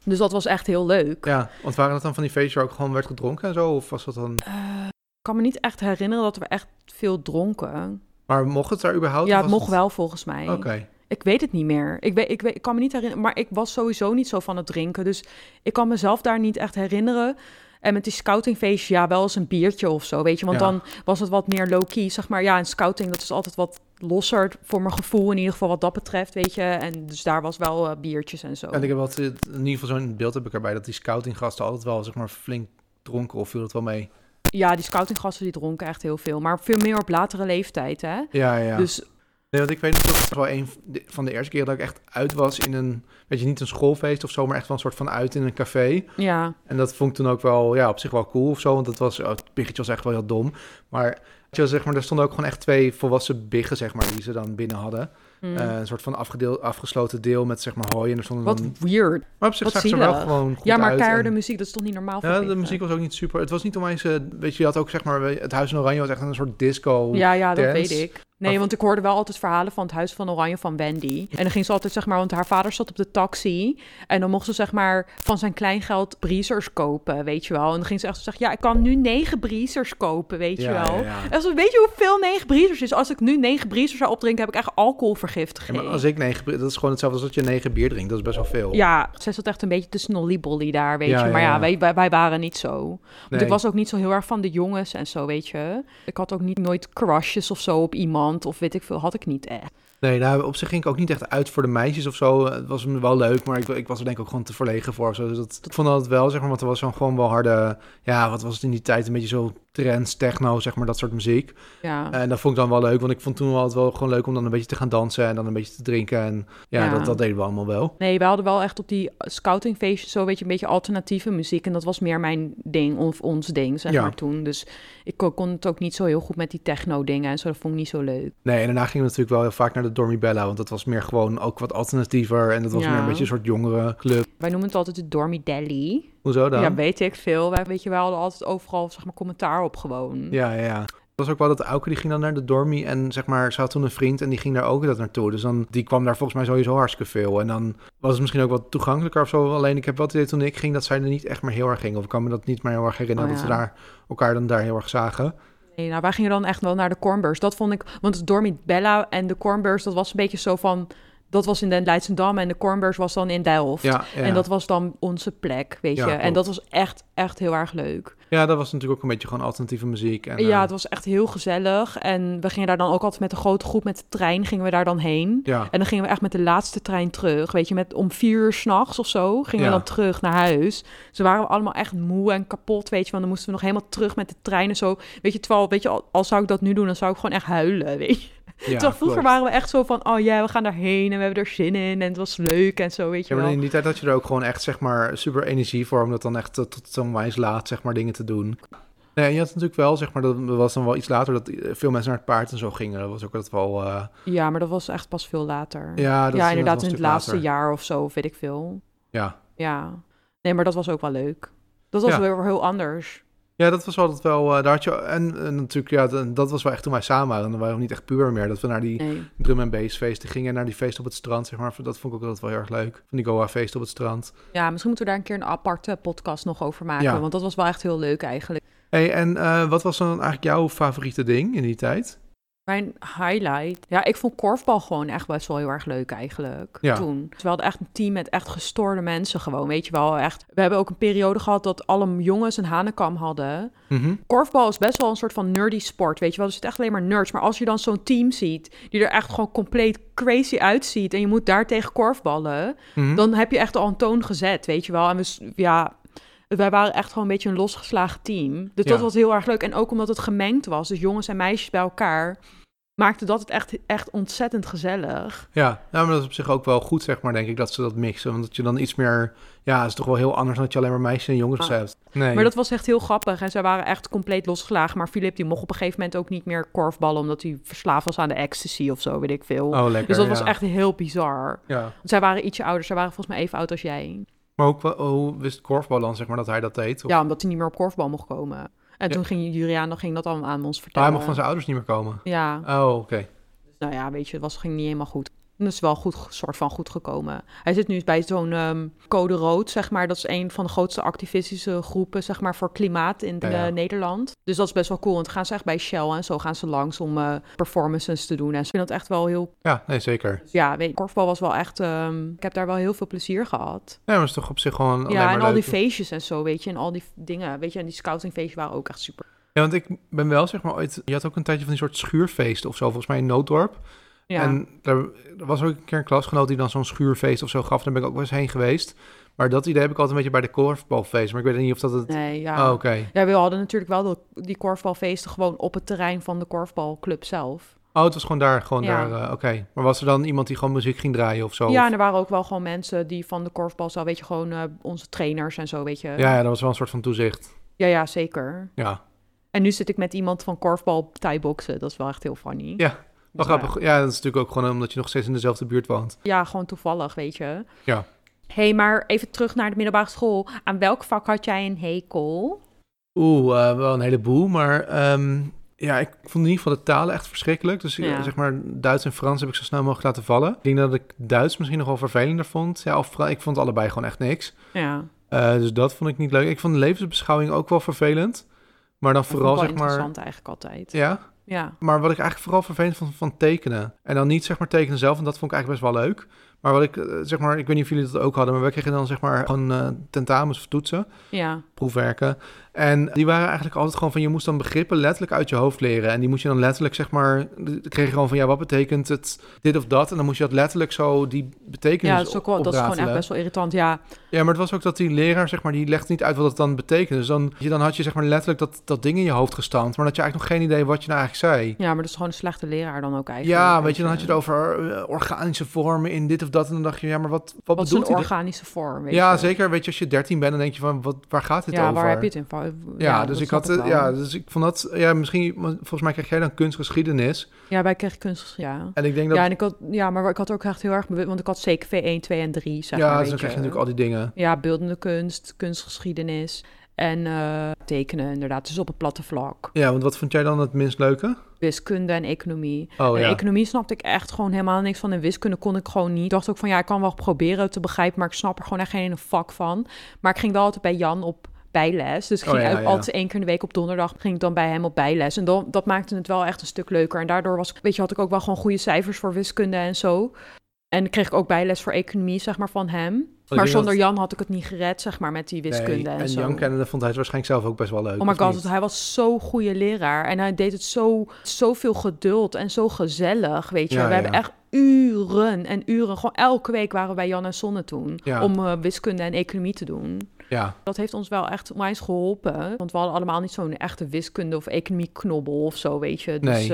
Dus dat was echt heel leuk. Ja, want waren dat dan van die feestjes waar ook gewoon werd gedronken en zo? Of was dat dan... Ik kan me niet echt herinneren dat we echt veel dronken. Maar mocht het daar überhaupt? Ja, het mocht wel volgens mij. Oké. Ik weet het niet meer. Ik kan me niet herinneren, maar ik was sowieso niet zo van het drinken. Dus ik kan mezelf daar niet echt herinneren. En met die scoutingfeestje, ja, wel eens een biertje of zo, weet je. Want dan was het wat meer low-key, zeg maar. Ja, en scouting, dat is altijd wat losser voor mijn gevoel, in ieder geval wat dat betreft, weet je. En dus daar was wel biertjes en zo. En ik heb altijd, in ieder geval zo'n beeld heb ik erbij, dat die scoutinggasten altijd wel, zeg maar, flink dronken, of viel het wel mee? Ja, die scoutinggasten die dronken echt heel veel. Maar veel meer op latere leeftijd, hè. Ja. Dus... Nee, want ik weet dat het wel een van de eerste keer dat ik echt uit was in een, weet je, niet een schoolfeest of zo, maar echt wel een soort van uit in een café. Ja. En dat vond ik toen ook wel, ja, op zich wel cool of zo, want het was, het biggetje was echt wel heel dom. Maar, zeg maar, er stonden ook gewoon echt 2 volwassen biggen, zeg maar, die ze dan binnen hadden. Een soort van afgesloten deel met, zeg maar, hooi. En er stonden wat dan... weird. Maar op zich zag ze wel gewoon goed Ja, maar uit. keiharde muziek, dat is toch niet normaal voor Ja, piggen? de muziek was ook niet super. Het was niet onwijs, weet je, je had ook, zeg maar, het Huis van Oranje was echt een soort disco. Ja, dat dance. weet ik. Nee, want ik hoorde wel altijd verhalen van het Huis van Oranje van Wendy. En dan ging ze altijd, zeg maar, want haar vader zat op de taxi. En dan mocht ze, zeg maar, van zijn kleingeld breezers kopen, weet je wel. En dan ging ze echt zeggen, ja, ik kan nu 9 breezers kopen, weet je wel. Ja. En zo, weet je hoeveel 9 breezers is? Als ik nu 9 breezers zou opdrinken, heb ik echt alcoholvergiftiging. Ja, maar als ik 9, dat is gewoon hetzelfde als dat je 9 bier drinkt. Dat is best wel veel. Ja, zij zat echt een beetje de snollybolly daar, weet je. Maar ja, wij waren niet zo. Want ik was ook niet zo heel erg van de jongens en zo, weet je. Ik had ook nooit crushes of zo op iemand, of weet ik veel, had ik niet echt. Nee, nou, op zich ging ik ook niet echt uit voor de meisjes of zo. Het was wel leuk, maar ik was er denk ik ook gewoon te verlegen voor. Zo. Dus dat vond ik altijd wel, zeg maar, want er was gewoon wel harde... Ja, wat was het in die tijd? Een beetje zo trends, techno, zeg maar, dat soort muziek. Ja. En dat vond ik dan wel leuk, want ik vond toen altijd wel gewoon leuk om dan een beetje te gaan dansen en dan een beetje te drinken. En dat deden we allemaal wel. Nee, we hadden wel echt op die scoutingfeestjes zo, weet je, een beetje alternatieve muziek. En dat was meer mijn ding, of ons ding, zeg maar, toen. Dus ik kon het ook niet zo heel goed met die techno dingen en zo. Dat vond ik niet zo leuk. Nee, en daarna gingen we natuurlijk wel heel vaak naar de Dormi Bella, want dat was meer gewoon ook wat alternatiever. En dat was meer een beetje een soort jongere club. Wij noemen het altijd de Dormi Deli. Hoezo dan? Ja, weet ik veel. Wij hadden altijd overal, zeg maar, commentaar op gewoon. Ja. Het was ook wel dat Auke, die ging dan naar de Dormi en, zeg maar, ze had toen een vriend en die ging daar ook dat naartoe. Dus dan, die kwam daar volgens mij sowieso hartstikke veel. En dan was het misschien ook wat toegankelijker of zo. Alleen ik heb wel het idee toen ik ging dat zij er niet echt meer heel erg ging. Of ik kan me dat niet meer heel erg herinneren dat ze elkaar dan daar heel erg zagen. Nee, nou, wij gingen dan echt wel naar de Cornburs. Dat vond ik, want de Dormi Bella en de Cornburs, dat was een beetje zo van... Dat was in de Leidschendam en de Cornburs was dan in Delft. Ja. En dat was dan onze plek, weet je. Klopt. En dat was echt heel erg leuk. Ja, dat was natuurlijk ook een beetje gewoon alternatieve muziek. En, ja, het was echt heel gezellig. En we gingen daar dan ook altijd met een grote groep met de trein, gingen we daar dan heen. Ja. En dan gingen we echt met de laatste trein terug, weet je. Om 4 uur 's nachts of zo gingen we dan terug naar huis. Dus waren we allemaal echt moe en kapot, weet je. Want dan moesten we nog helemaal terug met de trein en zo. Weet je, terwijl, weet je, al zou ik dat nu doen, dan zou ik gewoon echt huilen, weet je. Ja, terwijl vroeger waren we echt zo van, oh ja, we gaan daarheen en we hebben er zin in en het was leuk en zo, weet je wel. Maar in die tijd had je er ook gewoon echt, zeg maar, super energie voor om dat dan echt tot zo'n wijs laat, zeg maar, dingen te doen. Nee, en je had natuurlijk wel, zeg maar, dat was dan wel iets later dat veel mensen naar het paard en zo gingen. Dat was ook altijd wel... Ja, maar dat was echt pas veel later. Ja, dat inderdaad in het laatste jaar of zo, weet ik veel. Ja. Nee, maar dat was ook wel leuk. Dat was weer heel anders. Ja, dat was altijd wel... daar had je, en natuurlijk, ja, dat was wel echt toen wij samen waren. En dan waren we niet echt puber meer. Dat we naar die drum en bass feesten gingen. En naar die feesten op het strand, zeg maar. Dat vond ik ook altijd wel heel erg leuk. Van die Goa feesten op het strand. Ja, misschien moeten we daar een keer een aparte podcast nog over maken. Want dat was wel echt heel leuk eigenlijk. Hey, en wat was dan eigenlijk jouw favoriete ding in die tijd? Mijn highlight? Ja, ik vond korfbal gewoon echt best wel heel erg leuk eigenlijk. Toen. Dus we hadden echt een team met echt gestoorde mensen gewoon, weet je wel. Echt. We hebben ook een periode gehad dat alle jongens een hanekam hadden. Mm-hmm. Korfbal is best wel een soort van nerdy sport, weet je wel. Dus het is echt alleen maar nerds. Maar als je dan zo'n team ziet die er echt gewoon compleet crazy uitziet en je moet daar tegen korfballen, dan heb je echt al een toon gezet, weet je wel. En wij waren echt gewoon een beetje een losgeslagen team. Dus dat was heel erg leuk. En ook omdat het gemengd was, dus jongens en meisjes bij elkaar, maakte dat het echt ontzettend gezellig. Ja, maar dat is op zich ook wel goed, zeg maar, denk ik, dat ze dat mixen. Want dat je dan iets meer... Ja, het is toch wel heel anders dan dat je alleen maar meisjes en jongens hebt. Nee. Maar dat was echt heel grappig. En zij waren echt compleet losgeslagen. Maar Filip, die mocht op een gegeven moment ook niet meer korfballen, omdat hij verslaafd was aan de ecstasy of zo, weet ik veel. Oh, lekker, dus dat was echt heel bizar. Ja. Want zij waren ietsje ouder. Zij waren volgens mij even oud als jij. Maar hoe wist korfbal dan, zeg maar, dat hij dat deed? Of? Ja, omdat hij niet meer op korfbal mocht komen. En toen ging Juliano dat aan ons vertellen. Maar hij mocht van zijn ouders niet meer komen? Ja. Oh, oké. Dus nou ja, weet je, het ging niet helemaal goed. Dat is wel soort van goed gekomen. Hij zit nu bij zo'n Code Rood, zeg maar. Dat is een van de grootste activistische groepen, zeg maar, voor klimaat in Nederland. Dus dat is best wel cool. Want dan gaan ze echt bij Shell en zo gaan ze langs om performances te doen. En ze vinden dat echt wel heel... Ja, nee, zeker. Dus ja, korfbal was wel echt... ik heb daar wel heel veel plezier gehad. Ja, maar het is toch op zich gewoon alleen ja, maar en leuk. al die feestjes en zo, weet je. En al die dingen, weet je. En die scoutingfeestjes waren ook echt super. Ja, want ik ben wel, zeg maar, ooit... Je had ook een tijdje van die soort schuurfeesten of zo, volgens mij in Nooddorp. Ja. En er was ook een keer een klasgenoot die dan zo'n schuurfeest of zo gaf. Daar ben ik ook wel eens heen geweest. Maar dat idee heb ik altijd een beetje bij de korfbalfeest. Maar ik weet niet of dat het... Nee, ja. Oh, oké. Ja, we hadden natuurlijk wel die korfbalfeesten gewoon op het terrein van de korfbalclub zelf. Oh, het was gewoon daar, oké. Maar was er dan iemand die gewoon muziek ging draaien of zo? Ja, en er waren ook wel gewoon mensen die van de korfbal zo, weet je, gewoon onze trainers en zo, weet je. Ja, dat was wel een soort van toezicht. Ja, zeker. Ja. En nu zit ik met iemand van korfbal thai-boksen. Dat is wel echt heel funny. Ja. Wel grappig. Ja, dat is natuurlijk ook gewoon omdat je nog steeds in dezelfde buurt woont. Ja, gewoon toevallig, weet je. Ja. Hey, maar even terug naar de middelbare school. Aan welk vak had jij een hekel? Wel een heleboel, maar ja, ik vond in ieder geval de talen echt verschrikkelijk. Dus zeg maar Duits en Frans heb ik zo snel mogelijk laten vallen. Ik denk dat ik Duits misschien nog wel vervelender vond. Ja, of ik vond allebei gewoon echt niks. Ja. Dus dat vond ik niet leuk. Ik vond de levensbeschouwing ook wel vervelend. Maar dan vooral, zeg maar... interessant eigenlijk altijd. Ja? Ja. Maar wat ik eigenlijk vooral vervelend vond van tekenen. En dan niet zeg maar tekenen zelf, want dat vond ik eigenlijk best wel leuk. Maar wat ik zeg maar, ik weet niet of jullie dat ook hadden, maar we kregen dan zeg maar gewoon tentamens of toetsen. Ja. Proefwerken. En die waren eigenlijk altijd gewoon van, je moest dan begrippen letterlijk uit je hoofd leren. En die moest je dan letterlijk zeg maar, dan kreeg je gewoon van, ja, wat betekent het dit of dat? En dan moest je dat letterlijk zo, die betekenis ja, dat is ook wel, dat is gewoon echt best wel irritant, ja. Ja, maar het was ook dat die leraar, zeg maar, die legde niet uit wat het dan betekende. Dus dan had je zeg maar letterlijk dat ding in je hoofd gestampt, maar dat je eigenlijk nog geen idee wat je nou eigenlijk zei. Ja, maar dat is gewoon een slechte leraar dan ook eigenlijk. Ja, weet je, dan had je het over organische vormen in dit of dat. En dan dacht je, ja, maar wat bedoelt hij? Wat is een organische vorm, weet ja, je? zeker. Weet je, als je 13 bent, dan denk je van, waar gaat dit over? Ja, waar heb je het in? Ja, dus ik had het, dus ik vond dat, ja, misschien, volgens mij krijg jij dan kunstgeschiedenis. Ja, wij kregen kunstgeschiedenis, ja. En ik denk dat... Ja, en maar ik had ook echt heel erg, want ik had CKV 1, 2 en 3, zeg maar. Ja, dus dan krijg je natuurlijk al die dingen. Ja, beeldende kunst, kunstgeschiedenis en tekenen, inderdaad. Dus op het platte vlak. Ja, want wat vond jij dan het minst leuke? Wiskunde en economie. Oh, en economie snapte ik echt gewoon helemaal niks van. En wiskunde kon ik gewoon niet. Ik dacht ook van, ja, ik kan wel proberen te begrijpen, maar ik snap er gewoon echt geen vak van. Maar ik ging wel altijd bij Jan op bijles. Dus ik ging altijd 1 keer in de week op donderdag ging ik dan bij hem op bijles. En dat maakte het wel echt een stuk leuker. En daardoor had ik ook wel gewoon goede cijfers voor wiskunde en zo. En kreeg ik ook bijles voor economie, zeg maar, van hem. Maar zonder Jan had ik het niet gered, zeg maar, met die wiskunde en zo. En Jan kennende vond hij het waarschijnlijk zelf ook best wel leuk. Oh my god, hij was zo'n goede leraar. En hij deed het zoveel geduld en zo gezellig, weet je. We hebben echt uren en uren, gewoon elke week waren we bij Jan en Sonne toen. Ja. Om wiskunde en economie te doen. Ja. Dat heeft ons wel echt onwijs geholpen. Want we hadden allemaal niet zo'n echte wiskunde of economie-knobbel of zo, weet je. Dus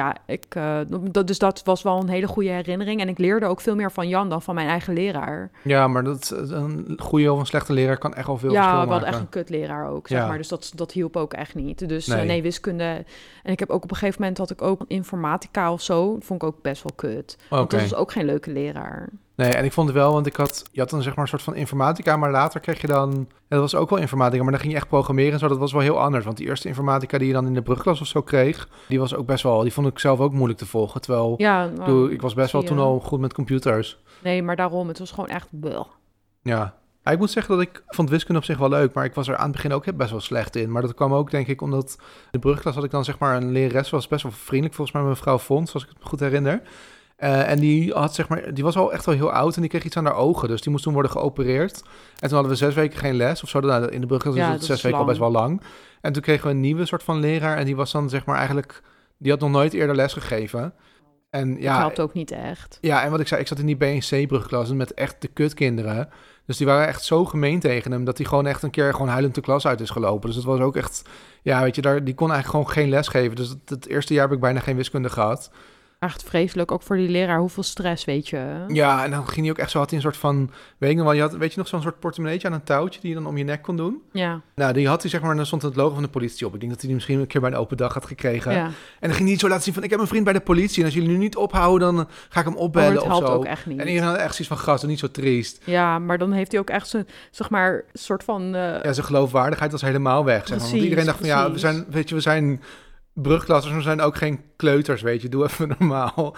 dus dat was wel een hele goede herinnering. En ik leerde ook veel meer van Jan dan van mijn eigen leraar. Ja, maar een goede of een slechte leraar kan echt al veel verschil maken. Ja, we hadden echt een kutleraar ook, zeg maar. Dus dat hielp ook echt niet. Dus nee, wiskunde. En ik heb ook op een gegeven moment had ik ook informatica of zo. Dat vond ik ook best wel kut. Want dat was ook geen leuke leraar. Nee, en ik vond het wel, want je had dan zeg maar een soort van informatica, maar later kreeg je dan, dat was ook wel informatica, maar dan ging je echt programmeren en zo, dat was wel heel anders. Want die eerste informatica die je dan in de brugklas of zo kreeg, die was ook best wel, die vond ik zelf ook moeilijk te volgen. Terwijl, ik was best wel toen al goed met computers. Nee, maar daarom, het was gewoon echt bel. Ja. Ik moet zeggen dat ik vond wiskunde op zich wel leuk, maar ik was er aan het begin ook best wel slecht in. Maar dat kwam ook, denk ik, omdat in de brugklas had ik dan zeg maar een lerares, was best wel vriendelijk, volgens mij mevrouw Fons, als ik het me goed herinner. En die had zeg maar, die was al echt wel heel oud en die kreeg iets aan haar ogen. Dus die moest toen worden geopereerd. En toen hadden we 6 weken geen les of zo. In de brugklas is het 6 weken al best wel lang. En toen kregen we een nieuwe soort van leraar. En die was dan zeg maar eigenlijk, die had nog nooit eerder les gegeven. En ja, dat helpt ook niet echt. Ja, en wat ik zei, ik zat in die BNC-brugklas met echt de kutkinderen. Dus die waren echt zo gemeen tegen hem, dat hij gewoon echt een keer gewoon huilend de klas uit is gelopen. Dus dat was ook echt, ja, weet je, die kon eigenlijk gewoon geen les geven. Dus het eerste jaar heb ik bijna geen wiskunde gehad. Echt vreselijk, ook voor die leraar. Hoeveel stress, weet je. Ja, en dan ging hij ook echt zo, had hij een soort van, weet ik nog wel, weet je nog zo'n soort portemonneetje aan een touwtje die je dan om je nek kon doen? Ja. Nou, die had hij zeg maar, en dan stond het logo van de politie op. Ik denk dat hij die misschien een keer bij een open dag had gekregen. Ja. En dan ging hij niet zo laten zien van, ik heb een vriend bij de politie en als jullie nu niet ophouden, dan ga ik hem opbellen of zo. Dat helpt ook echt niet. En iedereen had echt zoiets van, gast, niet zo triest. Ja, maar dan heeft hij ook echt zijn, zeg maar, soort van... Ja, zijn geloofwaardigheid was helemaal weg, zeg maar. Want iedereen dacht van, ja, we zijn brugklassers, we zijn ook geen kleuters, weet je. Doe even normaal.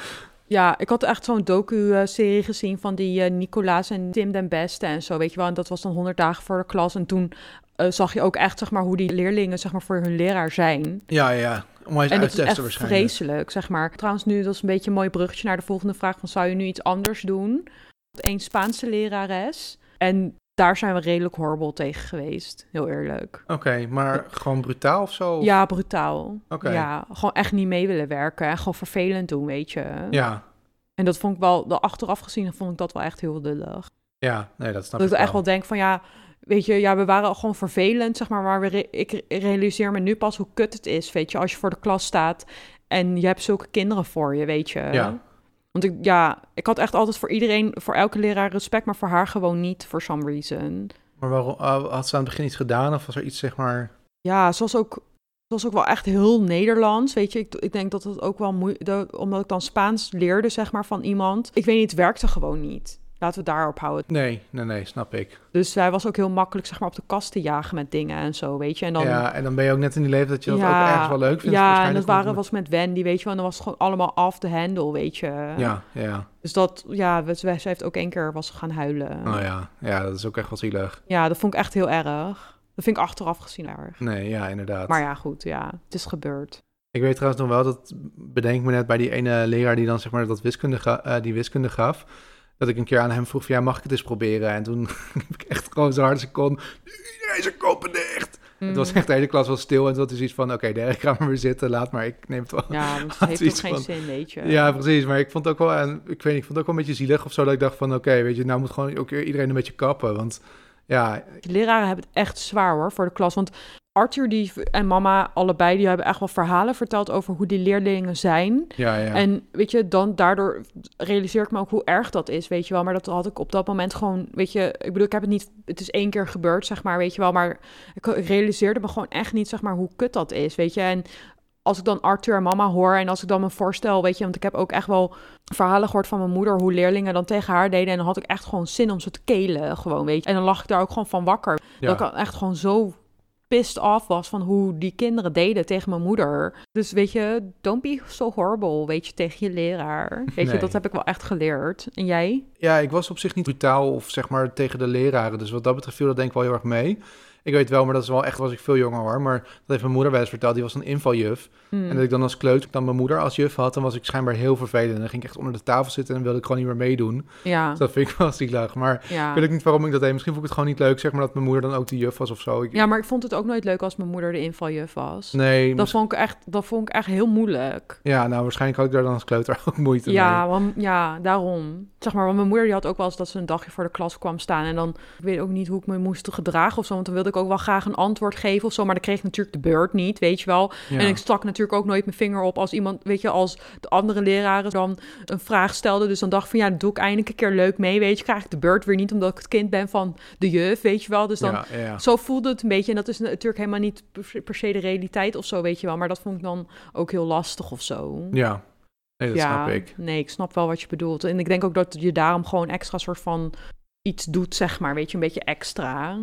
Ja, ik had echt zo'n docu-serie gezien van die Nicolaas en Tim den Beste en zo, weet je wel. En dat was dan 100 dagen voor de klas. En toen zag je ook echt, zeg maar, hoe die leerlingen, zeg maar, voor hun leraar zijn. Ja. Om eens En uit dat te is testen echt waarschijnlijk. vreselijk, zeg maar. Trouwens, nu, dat is een beetje een mooi bruggetje naar de volgende vraag van, zou je nu iets anders doen? Een Spaanse lerares. En daar zijn we redelijk horrible tegen geweest, heel eerlijk. Oké, maar gewoon brutaal of zo? Of? Ja, brutaal. Oké. Ja, gewoon echt niet mee willen werken en gewoon vervelend doen, weet je. Ja. En dat vond ik wel, achteraf gezien vond ik dat wel echt heel lullig. Ja, nee, dat snap Dat ik ik echt wel denk van ja, weet je, ja, we waren gewoon vervelend, zeg maar ik realiseer me nu pas hoe kut het is, weet je, als je voor de klas staat en je hebt zulke kinderen voor je, weet je. Ja. Want ik had echt altijd voor iedereen, voor elke leraar respect, maar voor haar gewoon niet, for some reason. Maar waarom had ze aan het begin iets gedaan of was er iets, zeg maar... Ja, zoals ook wel echt heel Nederlands, weet je. Ik denk dat het ook wel omdat ik dan Spaans leerde, zeg maar, van iemand. Ik weet niet, het werkte gewoon niet. Laten we het daarop houden. Nee, snap ik. Dus hij was ook heel makkelijk, zeg maar, op de kast te jagen met dingen en zo, weet je. En dan, Ja, en dan ben je ook net in die leeftijd dat je dat ook ergens wel leuk vindt. Ja, en dat was met Wendy, weet je wel. En dan was het gewoon allemaal off the handle, weet je. Ja. Dus dat, ja, ze heeft ook 1 keer was gaan huilen. Oh ja, dat is ook echt wel zielig. Ja, dat vond ik echt heel erg. Dat vind ik achteraf gezien erg. Nee, ja, inderdaad. Maar ja, goed, ja, het is gebeurd. Ik weet trouwens nog wel, dat bedenk me net bij die ene leraar die dan, zeg maar, dat wiskunde gaf. Dat ik een keer aan hem vroeg van, ja, mag ik het eens proberen? En toen heb ik echt gewoon zo hard als ik kon, iedereen zijn koppen dicht. Het was echt, de hele klas was stil en toen was het iets van, oké, Derek, ga maar weer zitten, laat maar, ik neem het wel. Ja, want het heeft ook geen zin, weet je. Ja, precies, maar ik vond het ook wel, en ik weet niet, ik vond het ook wel een beetje zielig of zo, dat ik dacht van, oké, weet je, nou moet gewoon ook iedereen een beetje kappen, want ja. De leraren hebben het echt zwaar hoor, voor de klas, want Arthur en mama, allebei, die hebben echt wel verhalen verteld over hoe die leerlingen zijn. Ja. En weet je, dan daardoor realiseer ik me ook hoe erg dat is, weet je wel. Maar dat had ik op dat moment gewoon, weet je, ik bedoel, ik heb het niet, het is 1 keer gebeurd, zeg maar, weet je wel. Maar ik realiseerde me gewoon echt niet, zeg maar, hoe kut dat is, weet je. En als ik dan Arthur en mama hoor en als ik dan me voorstel, weet je, want ik heb ook echt wel verhalen gehoord van mijn moeder, hoe leerlingen dan tegen haar deden. En dan had ik echt gewoon zin om ze te kelen, gewoon, weet je. En dan lag ik daar ook gewoon van wakker. Ja. Dat ik echt gewoon zo pissed off was van hoe die kinderen deden tegen mijn moeder. Dus weet je, don't be so horrible, weet je, tegen je leraar. Weet je, dat heb ik wel echt geleerd. En jij? Ja, ik was op zich niet brutaal of zeg maar tegen de leraren. Dus wat dat betreft viel dat denk ik wel heel erg mee. Ik weet wel, maar dat is wel echt, was ik veel jonger hoor. Maar dat heeft mijn moeder wel eens verteld. Die was een invaljuf. En dat ik dan als kleuter dan mijn moeder als juf had, dan was ik schijnbaar heel vervelend. En dan ging ik echt onder de tafel zitten en wilde ik gewoon niet meer meedoen. Ja. Dus dat vind ik wel zielig. Maar ik weet ook niet waarom ik dat deed. Misschien vond ik het gewoon niet leuk, zeg maar, dat mijn moeder dan ook de juf was of zo. Ja, maar ik vond het ook nooit leuk als mijn moeder de invaljuf was. Nee. Dat vond ik echt heel moeilijk. Ja, nou, waarschijnlijk had ik daar dan als kleuter ook moeite mee. Want, ja, daarom. Zeg maar, want mijn moeder die had ook wel eens dat ze een dagje voor de klas kwam staan. En dan, ik weet ook niet hoe ik me moest gedragen of zo. Want dan wilde ik ook wel graag een antwoord geven of zo. Maar dan kreeg ik natuurlijk de beurt niet, weet je wel. Ja. En ik stak natuurlijk ook nooit mijn vinger op als iemand, weet je, als de andere leraren dan een vraag stelden. Dus dan dacht ik van, ja, dat doe ik eindelijk een keer leuk mee, weet je. Krijg ik de beurt weer niet, omdat ik het kind ben van de juf, weet je wel. Dus dan, zo voelde het een beetje. En dat is natuurlijk helemaal niet per se de realiteit of zo, weet je wel. Maar dat vond ik dan ook heel lastig of zo. Ja, nee, dat snap ik. Nee, ik snap wel wat je bedoelt. En ik denk ook dat je daarom gewoon extra soort van iets doet, zeg maar, weet je, een beetje extra.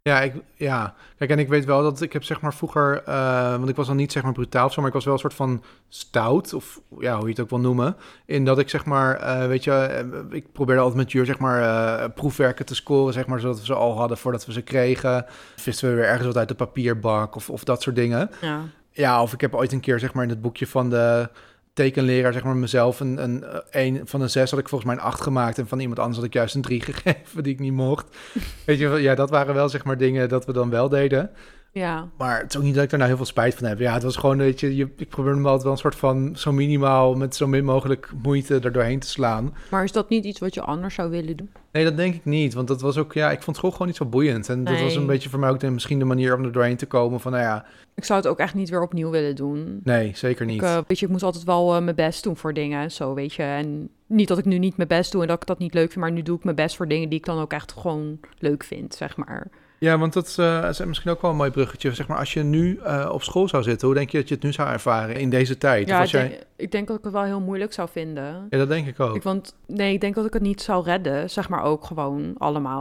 Ja, kijk, en ik weet wel dat ik heb zeg maar vroeger, want ik was dan niet zeg maar brutaal of zo, maar ik was wel een soort van stout, of ja, hoe je het ook wil noemen, in dat ik zeg maar, weet je, ik probeerde altijd met Jur zeg maar proefwerken te scoren, zeg maar, zodat we ze al hadden voordat we ze kregen. Visten we weer ergens wat uit de papierbak of dat soort dingen. Ja, of ik heb ooit een keer zeg maar in het boekje van de tekenleraar, zeg maar, mezelf een van een 6 had ik volgens mij een 8 gemaakt en van iemand anders had ik juist een 3 gegeven die ik niet mocht. Weet je, ja, dat waren wel zeg maar dingen dat we dan wel deden. Ja. Maar het is ook niet dat ik daar nou heel veel spijt van heb. Ja, het was gewoon, weet je, ik probeerde me altijd wel een soort van zo minimaal met zo min mogelijk moeite er doorheen te slaan. Maar is dat niet iets wat je anders zou willen doen? Nee, dat denk ik niet. Want dat was ook, ja, ik vond school gewoon niet zo boeiend. En dat was een beetje voor mij ook misschien de manier om er doorheen te komen van, nou ja. Ik zou het ook echt niet weer opnieuw willen doen. Nee, zeker niet. Weet je, ik moest altijd wel mijn best doen voor dingen en zo, weet je. En niet dat ik nu niet mijn best doe en dat ik dat niet leuk vind, maar nu doe ik mijn best voor dingen die ik dan ook echt gewoon leuk vind, zeg maar. Ja, want dat is misschien ook wel een mooi bruggetje. Zeg maar, als je nu op school zou zitten, hoe denk je dat je het nu zou ervaren in deze tijd? Ja, ik denk dat ik het wel heel moeilijk zou vinden. Ja, dat denk ik ook. Ik denk dat ik het niet zou redden, zeg maar ook gewoon allemaal.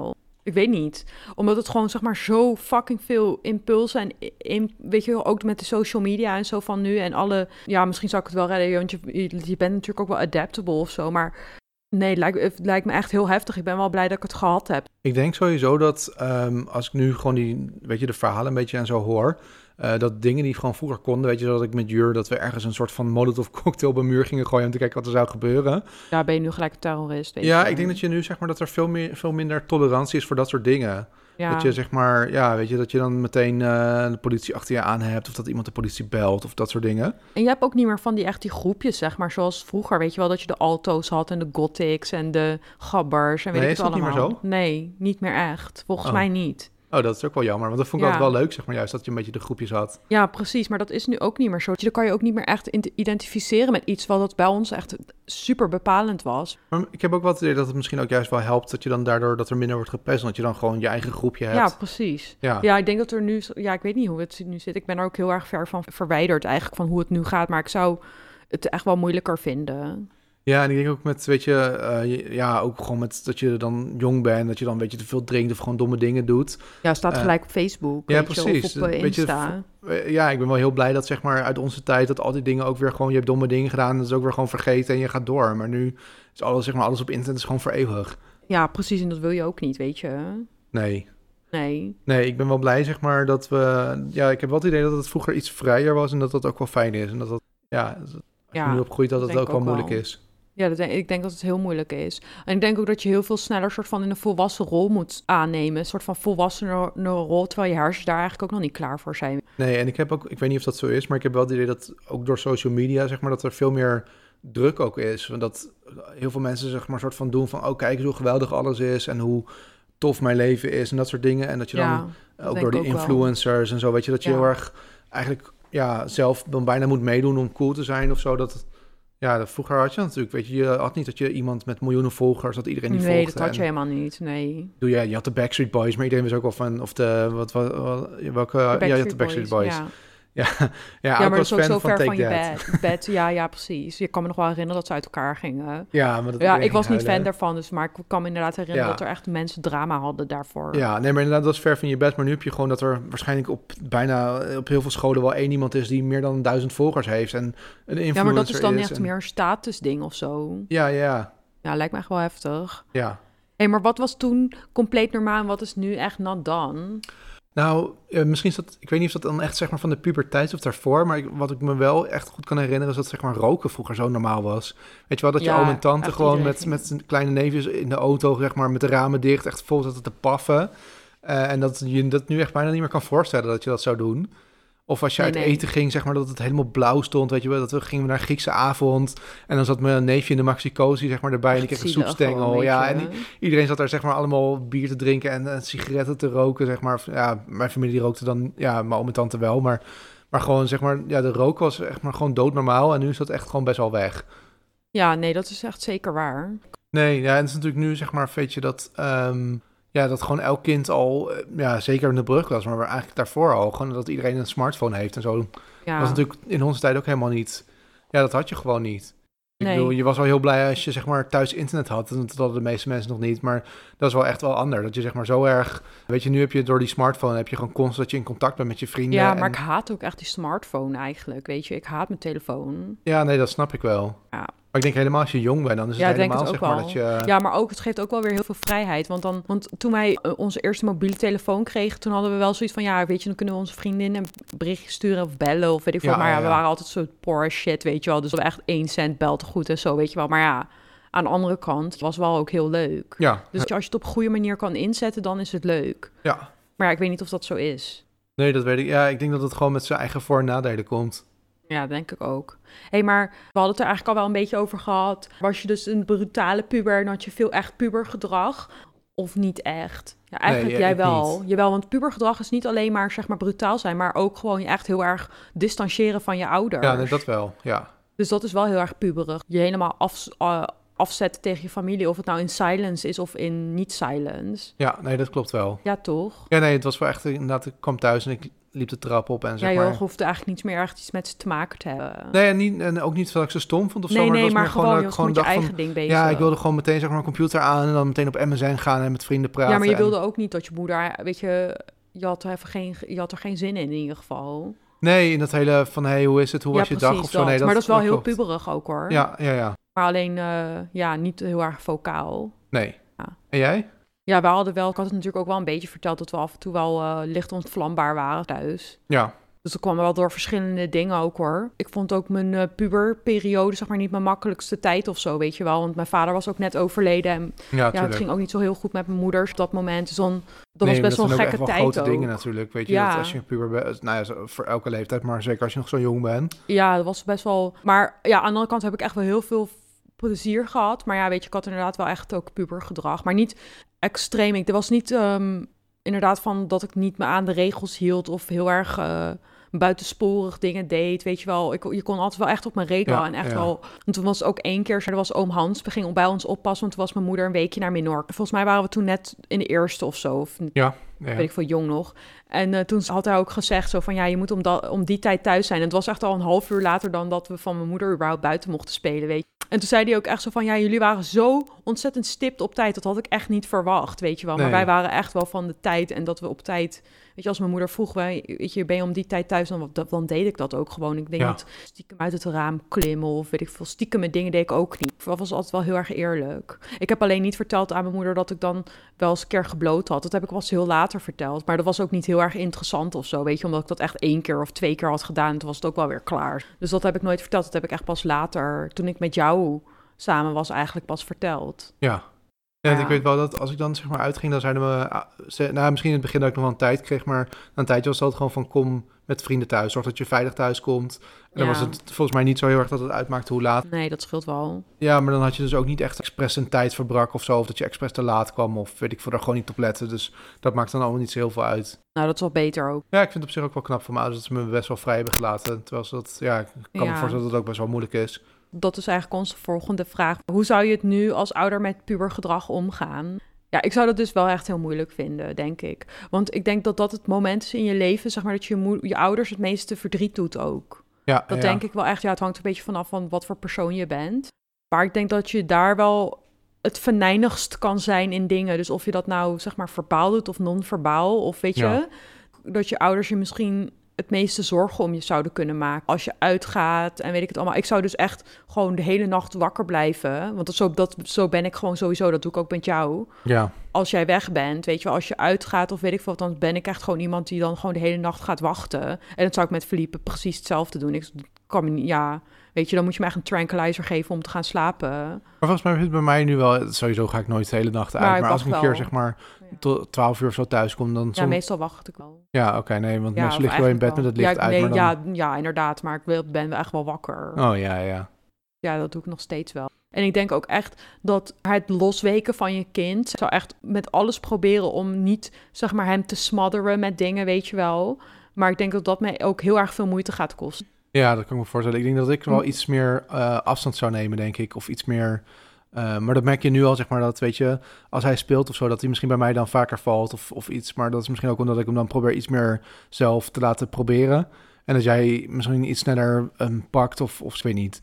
Ik weet niet. Omdat het gewoon, zeg maar, zo fucking veel impulsen en weet je, ook met de social media en zo van nu en alle... Ja, misschien zou ik het wel redden, want je bent natuurlijk ook wel adaptable of zo, maar nee, het lijkt me echt heel heftig. Ik ben wel blij dat ik het gehad heb. Ik denk sowieso dat als ik nu gewoon de verhalen een beetje en zo hoor, dat dingen die gewoon vroeger konden, weet je, dat ik met Jur, dat we ergens een soort van Molotov cocktail op een muur gingen gooien om te kijken wat er zou gebeuren. Ja, ben je nu gelijk een terrorist, weet Ja, je. ik denk dat je nu, zeg maar, dat er veel minder tolerantie is voor dat soort dingen. Ja. Dat je, zeg maar, ja, weet je, dat je dan meteen de politie achter je aan hebt, of dat iemand de politie belt, of dat soort dingen. En je hebt ook niet meer van die groepjes, zeg maar, zoals vroeger, weet je wel, dat je de alto's had en de gothics en de gabbers en weet Nee, ik is het dat allemaal. niet meer zo? Nee, niet meer echt. Volgens mij niet. Oh, dat is ook wel jammer, want dat vond ik altijd wel leuk, zeg maar, juist dat je een beetje de groepjes had. Ja, precies, maar dat is nu ook niet meer zo. Dan kan je ook niet meer echt identificeren met iets wat bij ons echt super bepalend was. Maar ik heb ook wel het idee dat het misschien ook juist wel helpt dat je dan daardoor dat er minder wordt gepest, dat je dan gewoon je eigen groepje hebt. Ja, precies. Ja, ik denk dat er nu... Ja, ik weet niet hoe het nu zit. Ik ben er ook heel erg ver van verwijderd eigenlijk van hoe het nu gaat, maar ik zou het echt wel moeilijker vinden. Ja, en ik denk ook met, weet je, ja, ook gewoon met dat je dan jong bent, dat je dan een beetje te veel drinkt of gewoon domme dingen doet. Ja, staat gelijk op Facebook, ja, precies. precies. Of op Insta. Ja, ik ben wel heel blij dat, zeg maar, uit onze tijd, dat al die dingen ook weer gewoon, je hebt domme dingen gedaan, dat is ook weer gewoon vergeten en je gaat door. Maar nu is alles, zeg maar, alles op internet is gewoon voor eeuwig. Ja, precies, en dat wil je ook niet, weet je. Nee. Nee, ik ben wel blij, zeg maar, dat we... Ja, ik heb wel het idee dat het vroeger iets vrijer was en dat dat ook wel fijn is. En dat dat, ja, als je nu opgroeit, dat het ook wel moeilijk is. Ja, ik denk dat het heel moeilijk is. En ik denk ook dat je heel veel sneller soort van in een volwassen rol moet aannemen. Een soort van volwassene rol, terwijl je hersens daar eigenlijk ook nog niet klaar voor zijn. Nee, en ik heb ook, ik weet niet of dat zo is, maar ik heb wel het idee dat ook door social media, zeg maar, dat er veel meer druk ook is. Want dat heel veel mensen, zeg maar, soort van doen van, oh, kijk eens hoe geweldig alles is en hoe tof mijn leven is en dat soort dingen. En dat je dan ook door die influencers en zo, weet je, dat je heel erg eigenlijk zelf dan bijna moet meedoen om cool te zijn of zo. Vroeger had je natuurlijk, weet je had niet dat je iemand met miljoenen volgers, dat iedereen die volgde. Nee, dat had je helemaal niet, nee. Je had de Backstreet Boys, maar iedereen was ook wel van, of welke... je had de Backstreet Boys. Ja, maar dat is ook zo ver van je bed. Ja, precies. Je kan me nog wel herinneren dat ze uit elkaar gingen. Ja, maar ik was niet fan daarvan, dus, maar ik kan me inderdaad herinneren dat er echt mensen drama hadden daarvoor. Ja, nee, maar inderdaad, dat is ver van je bed. Maar nu heb je gewoon dat er waarschijnlijk op heel veel scholen wel één iemand is die meer dan 1000 volgers heeft en een influencer is. Ja, maar dat is dan echt meer een statusding of zo. Ja. Ja, lijkt me echt wel heftig. Ja. Maar wat was toen compleet normaal en wat is nu echt not done? Nou, misschien is dat... Ik weet niet of dat dan echt, zeg maar, van de puberteit of daarvoor... maar wat ik me wel echt goed kan herinneren... is dat, zeg maar, roken vroeger zo normaal was. Weet je wel, dat je oom en tante gewoon met zijn kleine neefjes in de auto... zeg maar, met de ramen dicht, echt vol zaten te paffen. En dat je dat nu echt bijna niet meer kan voorstellen dat je dat zou doen. Of als je uit eten ging, zeg maar, dat het helemaal blauw stond. Weet je wel, dat we gingen naar een Griekse avond. En dan zat mijn neefje in de Maxi-Cosi, zeg maar, erbij. En ik kreeg een soepstengel. Ja, en iedereen zat daar, zeg maar, allemaal bier te drinken en sigaretten te roken, zeg maar. Ja, mijn familie rookte dan, ja, mijn oom en tante wel. Maar gewoon, zeg maar, ja, de rook was echt maar gewoon doodnormaal. En nu is dat echt gewoon best wel weg. Ja, nee, dat is echt zeker waar. Nee, ja, en het is natuurlijk nu, zeg maar, weet je, dat... dat gewoon elk kind al, zeker in de brugklas, maar eigenlijk daarvoor al, gewoon dat iedereen een smartphone heeft en zo. Ja. Was natuurlijk in onze tijd ook helemaal niet. Ja, dat had je gewoon niet. Ik bedoel, je was wel heel blij als je, zeg maar, thuis internet had. En dat hadden de meeste mensen nog niet. Maar dat is wel echt wel anders. Dat je, zeg maar, zo erg... Weet je, nu heb je door die smartphone... heb je gewoon constant dat je in contact bent met je vrienden. Ja, maar ik haat ook echt die smartphone eigenlijk, weet je. Ik haat mijn telefoon. Ja, nee, dat snap ik wel. Ja. Maar ik denk helemaal als je jong bent, dan is het helemaal, zeg maar, dat je... Ja, maar ook, het geeft ook wel weer heel veel vrijheid. Want toen wij onze eerste mobiele telefoon kregen... toen hadden we wel zoiets van... ja, weet je, dan kunnen we onze vriendin een berichtje sturen of bellen of weet ik veel. Maar we waren altijd zo poor shit, weet je wel. Dus we echt 1 cent belt goed en zo, weet je wel. Maar ja, aan de andere kant, het was wel ook heel leuk. Ja. Dus als je het op een goede manier kan inzetten, dan is het leuk. Ja. Maar ja, ik weet niet of dat zo is. Nee, dat weet ik. Ja, ik denk dat het gewoon met zijn eigen voor- en nadelen komt. Ja, denk ik ook. Maar we hadden het er eigenlijk al wel een beetje over gehad. Was je dus een brutale puber en had je veel echt pubergedrag? Of niet echt? Ja, eigenlijk jij wel. Niet. Jawel, want pubergedrag is niet alleen maar, zeg maar, brutaal zijn... maar ook gewoon je echt heel erg distancieren van je ouders. Ja, nee, dat wel, ja. Dus dat is wel heel erg puberig. Je helemaal afzetten tegen je familie... of het nou in silence is of in niet silence. Ja, nee, dat klopt wel. Ja, toch? Ja, nee, het was wel echt... Inderdaad, ik kwam thuis en ik liep de trap op en Ja, zeg joh, maar... je hoefde eigenlijk niet meer echt iets met ze te maken te hebben. Nee, en ook niet dat ik ze stom vond of zo. Nee, Maar het nee, was maar meer gewoon, dat je ik was met je dacht eigen van... ding bezig. Ja, ik wilde gewoon meteen zeg maar mijn computer aan en dan meteen op MSN gaan en met vrienden praten. Ja, maar je wilde en... ook niet dat je moeder, weet je had er geen zin in ieder geval. Nee, in dat hele van, hey, hoe is het, hoe Ja, was je precies dag of zo. Nee, maar dat is wel heel klopt. puberig ook hoor. Ja. Maar alleen, ja, niet heel erg vocaal. Nee. Ja. En jij? Ja, we hadden wel, ik had het natuurlijk ook wel een beetje verteld dat we af en toe wel licht ontvlambaar waren thuis. Ja. Dus dat kwam wel door verschillende dingen ook hoor. Ik vond ook mijn puberperiode, zeg maar, niet mijn makkelijkste tijd of zo, weet je wel. Want mijn vader was ook net overleden en Ja, het ging ook niet zo heel goed met mijn moeder op dat moment. Dus dan, dat was best wel een gekke tijd ook. Dat zijn ook grote dingen natuurlijk, weet je. Ja. Dat als je puber bent, nou ja, voor elke leeftijd, maar zeker als je nog zo jong bent. Ja, dat was best wel... Maar ja, aan de andere kant heb ik echt wel heel veel plezier gehad. Maar ja, weet je, ik had inderdaad wel echt ook pubergedrag. Maar niet extreem. Er was niet inderdaad van dat ik niet me aan de regels hield of heel erg buitensporig dingen deed, weet je wel. Je kon altijd wel echt op me rekenen en echt wel... Want toen was ook één keer, er was oom Hans, we gingen bij ons oppassen, want toen was mijn moeder een weekje naar Menorca. Volgens mij waren we toen net in de eerste of zo, of weet ik veel, jong nog. En toen had hij ook gezegd zo van, ja, je moet om die tijd thuis zijn. En het was echt al een half uur later dan dat we van mijn moeder überhaupt buiten mochten spelen, weet je. En toen zei hij ook echt zo van, ja, jullie waren zo ontzettend stipt op tijd. Dat had ik echt niet verwacht, weet je wel. Maar wij waren echt wel van de tijd en dat we op tijd... Weet je, als mijn moeder vroeg, weet je, ben je om die tijd thuis? Dan deed ik dat ook gewoon. Ik denk niet stiekem uit het raam klimmen of weet ik veel. Stiekem met dingen deed ik ook niet. Dat was altijd wel heel erg eerlijk. Ik heb alleen niet verteld aan mijn moeder dat ik dan wel eens een keer gebloot had. Dat heb ik pas heel later verteld. Maar dat was ook niet heel erg interessant of zo, weet je. Omdat ik dat echt 1 keer of 2 keer had gedaan. Toen was het ook wel weer klaar. Dus dat heb ik nooit verteld. Dat heb ik echt pas later, toen ik met jou samen was, eigenlijk pas verteld. Ja. Ja, ik weet wel dat als ik dan zeg maar uitging, dan zeiden we... Nou, misschien in het begin dat ik nog wel een tijd kreeg, maar na een tijdje was het altijd gewoon van kom met vrienden thuis. Zorg dat je veilig thuis komt. En dan was het volgens mij niet zo heel erg dat het uitmaakte hoe laat. Nee, dat scheelt wel. Ja, maar dan had je dus ook niet echt expres een tijd verbrak of zo. Of dat je expres te laat kwam of weet ik veel, daar gewoon niet op letten. Dus dat maakt dan allemaal niet zo heel veel uit. Nou, dat is wel beter ook. Ja, ik vind het op zich ook wel knap van mijn ouders dat ze me best wel vrij hebben gelaten. Terwijl ze dat, ik kan me voorstellen dat het ook best wel moeilijk is. Dat is eigenlijk onze volgende vraag. Hoe zou je het nu als ouder met pubergedrag omgaan? Ja, ik zou dat dus wel echt heel moeilijk vinden, denk ik. Want ik denk dat dat het moment is in je leven, zeg maar, dat je ouders het meeste verdriet doet ook. Ja, dat denk ik wel echt. Ja, het hangt een beetje vanaf van wat voor persoon je bent. Maar ik denk dat je daar wel het venijnigst kan zijn in dingen. Dus of je dat nou, zeg maar, verbaal doet of non-verbaal. Of weet je, dat je ouders je misschien het meeste zorgen om je zouden kunnen maken. Als je uitgaat en weet ik het allemaal. Ik zou dus echt gewoon de hele nacht wakker blijven. Want zo ben ik gewoon sowieso. Dat doe ik ook met jou. Ja. Als jij weg bent, weet je wel, als je uitgaat of weet ik veel, dan ben ik echt gewoon iemand die dan gewoon de hele nacht gaat wachten. En dat zou ik met Felipe precies hetzelfde doen. Ik kan me niet, weet je, dan moet je me echt een tranquilizer geven om te gaan slapen. Maar volgens mij is het bij mij nu wel, sowieso ga ik nooit de hele nacht uit. Maar als ik een keer zeg maar tot 12 uur of zo thuis kom, dan... Ja, meestal wacht ik wel. Ja, oké, nee, want meestal lig je wel in bed met het licht uit. Nee, maar dan... ja, inderdaad, maar ik ben echt wel wakker. Oh, ja. Ja, dat doe ik nog steeds wel. En ik denk ook echt dat het losweken van je kind... zou echt met alles proberen om niet, zeg maar, hem te smotheren met dingen, weet je wel. Maar ik denk dat dat mij ook heel erg veel moeite gaat kosten. Ja, dat kan ik me voorstellen. Ik denk dat ik wel iets meer afstand zou nemen, denk ik. Of iets meer... maar dat merk je nu al, zeg maar, dat, weet je... als hij speelt of zo, dat hij misschien bij mij dan vaker valt of iets. Maar dat is misschien ook omdat ik hem dan probeer iets meer zelf te laten proberen. En dat jij misschien iets sneller pakt of ik weet niet.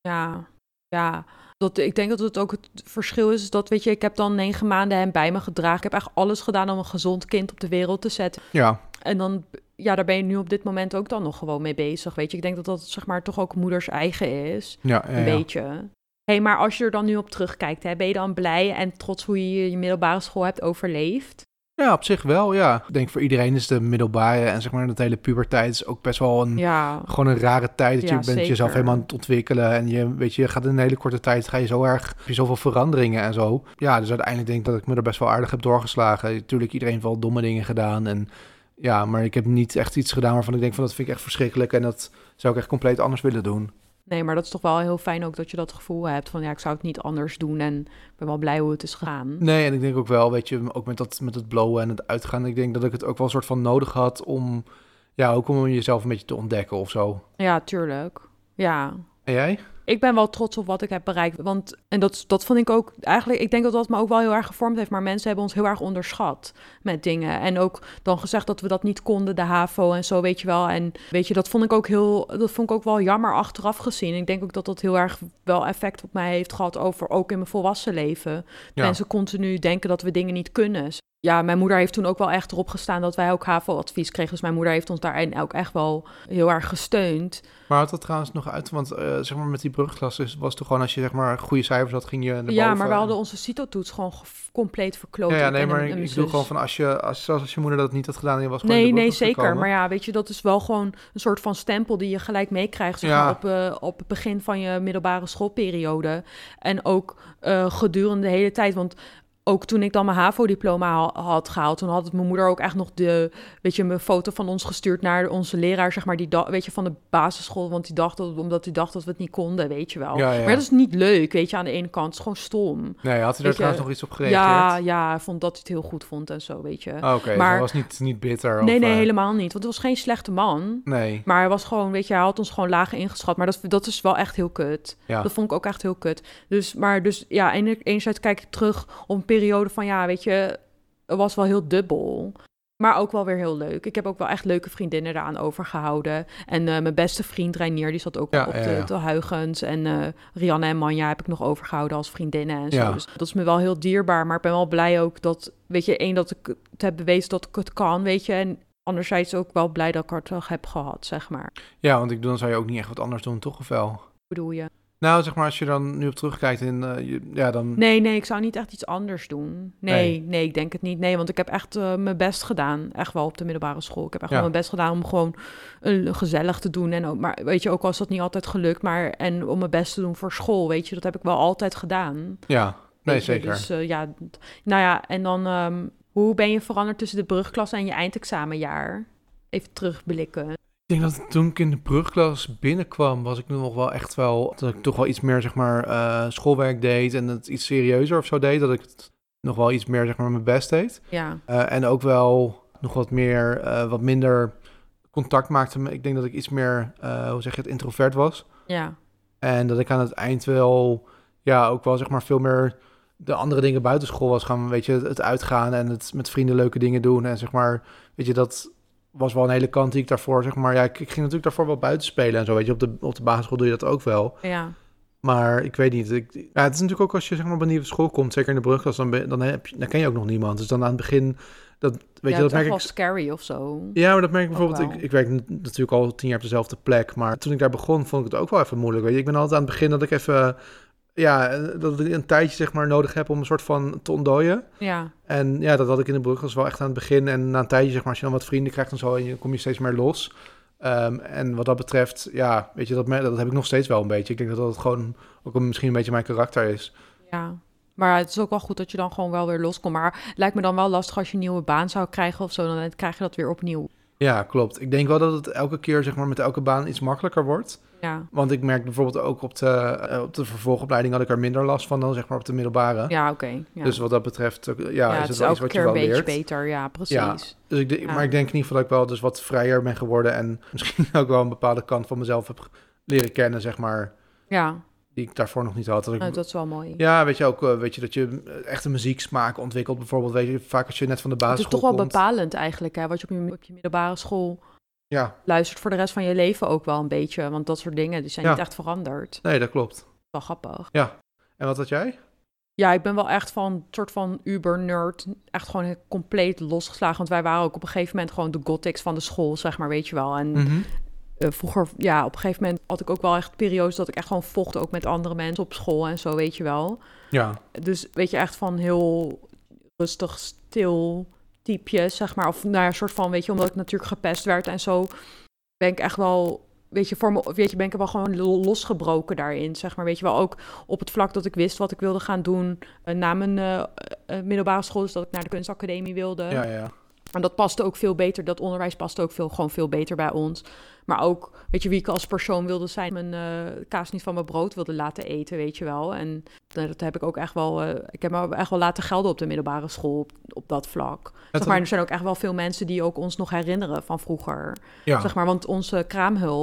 Ja. Ik denk dat het ook het verschil is dat, weet je, ik heb dan 9 maanden hem bij me gedragen. Ik heb echt alles gedaan om een gezond kind op de wereld te zetten. Ja. En dan, daar ben je nu op dit moment ook dan nog gewoon mee bezig, weet je. Ik denk dat dat, zeg maar, toch ook moeders eigen is. Ja. Een beetje. Hey, maar als je er dan nu op terugkijkt, ben je dan blij en trots hoe je je middelbare school hebt overleefd? Ja, op zich wel, ja. Ik denk voor iedereen is de middelbare en zeg maar dat hele puberteit is ook best wel gewoon een rare tijd. Dat je bent zeker. Jezelf helemaal aan het ontwikkelen en je gaat in een hele korte tijd, heb je zoveel veranderingen en zo. Ja, dus uiteindelijk denk ik dat ik me er best wel aardig heb doorgeslagen. Natuurlijk, iedereen heeft wel domme dingen gedaan en ja, maar ik heb niet echt iets gedaan waarvan ik denk van dat vind ik echt verschrikkelijk en dat zou ik echt compleet anders willen doen. Nee, maar dat is toch wel heel fijn ook dat je dat gevoel hebt van ik zou het niet anders doen en ik ben wel blij hoe het is gegaan. Nee, en ik denk ook wel, weet je, ook met het blowen en het uitgaan, ik denk dat ik het ook wel een soort van nodig had om jezelf een beetje te ontdekken of zo. Ja, tuurlijk. Ja. En jij? Ik ben wel trots op wat ik heb bereikt. En dat vond ik ook eigenlijk... Ik denk dat dat me ook wel heel erg gevormd heeft. Maar mensen hebben ons heel erg onderschat met dingen. En ook dan gezegd dat we dat niet konden, de HAVO en zo, weet je wel. En weet je, dat vond ik ook wel jammer achteraf gezien. Ik denk ook dat dat heel erg wel effect op mij heeft gehad over ook in mijn volwassen leven. Ja. Mensen continu denken dat we dingen niet kunnen. Ja, mijn moeder heeft toen ook wel echt erop gestaan dat wij ook HAVO-advies kregen. Dus mijn moeder heeft ons daarin ook echt wel heel erg gesteund. Maar had dat trouwens nog uit? Want zeg maar met die brugklas was het toch gewoon als je zeg maar goede cijfers had, ging je naar Ja, boven. maar we hadden onze CITO-toets gewoon compleet verkloot. Ja, nee, maar ik bedoel gewoon van als je moeder dat niet had gedaan en je was gewoon in de Nee, brugklas zeker. gekomen. Maar ja, weet je, dat is wel gewoon een soort van stempel die je gelijk meekrijgt, zeg Ja. maar, op het begin van je middelbare schoolperiode. En ook gedurende de hele tijd, want ook toen ik dan mijn HAVO-diploma had gehaald, toen had mijn moeder ook echt nog een foto van ons gestuurd naar onze leraar, zeg maar, weet je, van de basisschool, want omdat hij dacht dat we het niet konden, weet je wel. Ja. Maar dat is niet leuk, weet je, aan de ene kant. Het is gewoon stom. Nee, had hij daar trouwens nog iets op gereageerd? Ja, hij vond dat hij het heel goed vond en zo, weet je. Oké, maar dus hij was niet bitter? Nee, helemaal niet, want het was geen slechte man. Nee. Maar hij was gewoon, weet je, hij had ons gewoon laag ingeschat. Maar dat is wel echt heel kut. Ja. Dat vond ik ook echt heel kut. Dus ja, enerzijds kijk ik terug op een periode van, ja, weet je, het was wel heel dubbel. Maar ook wel weer heel leuk. Ik heb ook wel echt leuke vriendinnen eraan overgehouden. En mijn beste vriend Reinier, die zat ook op de Huygens. En Rianne en Manja heb ik nog overgehouden als vriendinnen en zo. Ja. Dus dat is me wel heel dierbaar. Maar ik ben wel blij ook dat, weet je, dat ik het heb bewezen dat ik het kan, weet je. En anderzijds ook wel blij dat ik het toch heb gehad, zeg maar. Ja, want dan zou je ook niet echt wat anders doen, toch? Of wel? Wat bedoel je? Nou, zeg maar, als je dan nu op terugkijkt en dan... Nee, ik zou niet echt iets anders doen. Nee, ik denk het niet. Nee, want ik heb echt mijn best gedaan. Echt wel op de middelbare school. Ik heb echt wel mijn best gedaan om gewoon gezellig te doen. En ook, maar weet je, ook al is dat niet altijd gelukt, en om mijn best te doen voor school, weet je, dat heb ik wel altijd gedaan. Ja, nee, weet je, zeker. Dus nou ja, en dan, hoe ben je veranderd tussen de brugklas en je eindexamenjaar? Even terugblikken. Ik denk dat toen ik in de brugklas binnenkwam, was ik nu nog wel echt wel... dat ik toch wel iets meer, zeg maar, schoolwerk deed en het iets serieuzer of zo deed. Dat ik het nog wel iets meer, zeg maar, mijn best deed. Ja. En ook wel nog wat minder contact maakte. Ik denk dat ik iets meer, introvert was. Ja. En dat ik aan het eind wel, ook wel, zeg maar, veel meer de andere dingen buiten school was gaan, weet je, het uitgaan en het met vrienden leuke dingen doen. En zeg maar, weet je, dat was wel een hele kant die ik daarvoor, zeg maar, ik ging natuurlijk daarvoor wel buiten spelen en zo, weet je, op de basisschool doe je dat ook wel. Ja. Maar ik weet niet, het is natuurlijk ook als je, zeg maar, op een nieuwe school komt, zeker in de brugklas, dan ken je ook nog niemand. Dus dan aan het begin, dat merk ik wel scary of zo. Ja, maar dat merk ik bijvoorbeeld. Ik werk natuurlijk al 10 jaar op dezelfde plek, maar toen ik daar begon, vond ik het ook wel even moeilijk. Weet je, ik ben altijd aan het begin dat ik even, dat ik een tijdje, zeg maar, nodig heb om een soort van te ontdooien. Ja. En dat had ik in de brugklas wel echt aan het begin. En na een tijdje, zeg maar, als je dan wat vrienden krijgt en zo, en kom je steeds meer los. En wat dat betreft, weet je, dat heb ik nog steeds wel een beetje. Ik denk dat dat gewoon ook misschien een beetje mijn karakter is. Ja. Maar het is ook wel goed dat je dan gewoon wel weer loskomt. Maar het lijkt me dan wel lastig als je een nieuwe baan zou krijgen of zo. Dan krijg je dat weer opnieuw. Ja, klopt. Ik denk wel dat het elke keer, zeg maar, met elke baan iets makkelijker wordt. Ja. Want ik merk bijvoorbeeld ook op de vervolgopleiding had ik er minder last van dan, zeg maar, op de middelbare. Ja, oké. Ja. Dus wat dat betreft, is het wel iets wat je wel leert. Elke keer een beetje beter, ja, precies. Ja, dus maar ik denk in ieder geval dat ik wel dus wat vrijer ben geworden en misschien ook wel een bepaalde kant van mezelf heb leren kennen, zeg maar. Ja. Die ik daarvoor nog niet had. Dat is wel mooi. Ja, weet je ook, dat je echt een muzieksmaak ontwikkelt. Bijvoorbeeld, weet je, vaak als je net van de basisschool komt. Het is toch wel komt, bepalend eigenlijk, hè? Wat je op je middelbare school luistert voor de rest van je leven ook wel een beetje. Want dat soort dingen, die zijn niet echt veranderd. Nee, dat klopt. Wel grappig. Ja. En wat had jij? Ja, ik ben wel echt van een soort van uber-nerd. Echt gewoon compleet losgeslagen. Want wij waren ook op een gegeven moment gewoon de gothics van de school, zeg maar, weet je wel. En vroeger, op een gegeven moment had ik ook wel echt periodes dat ik echt gewoon vocht ook met andere mensen op school en zo, weet je wel. Ja. Dus weet je, echt van heel rustig, stil typejes, zeg maar. Of naar een soort van, weet je, omdat ik natuurlijk gepest werd en zo, ben ik echt wel, ben ik wel gewoon losgebroken daarin, zeg maar. Weet je wel, ook op het vlak dat ik wist wat ik wilde gaan doen na mijn middelbare school, dus dat ik naar de kunstacademie wilde. Ja. En dat paste ook veel beter, dat onderwijs paste ook gewoon veel beter bij ons. Maar ook, weet je, wie ik als persoon wilde zijn, mijn kaas niet van mijn brood wilde laten eten, weet je wel. En dat heb ik ook echt wel, ik heb me echt wel laten gelden op de middelbare school op dat vlak. Zeg maar, er zijn ook echt wel veel mensen die ook ons nog herinneren van vroeger. Ja. Zeg maar, want onze kraamhulp,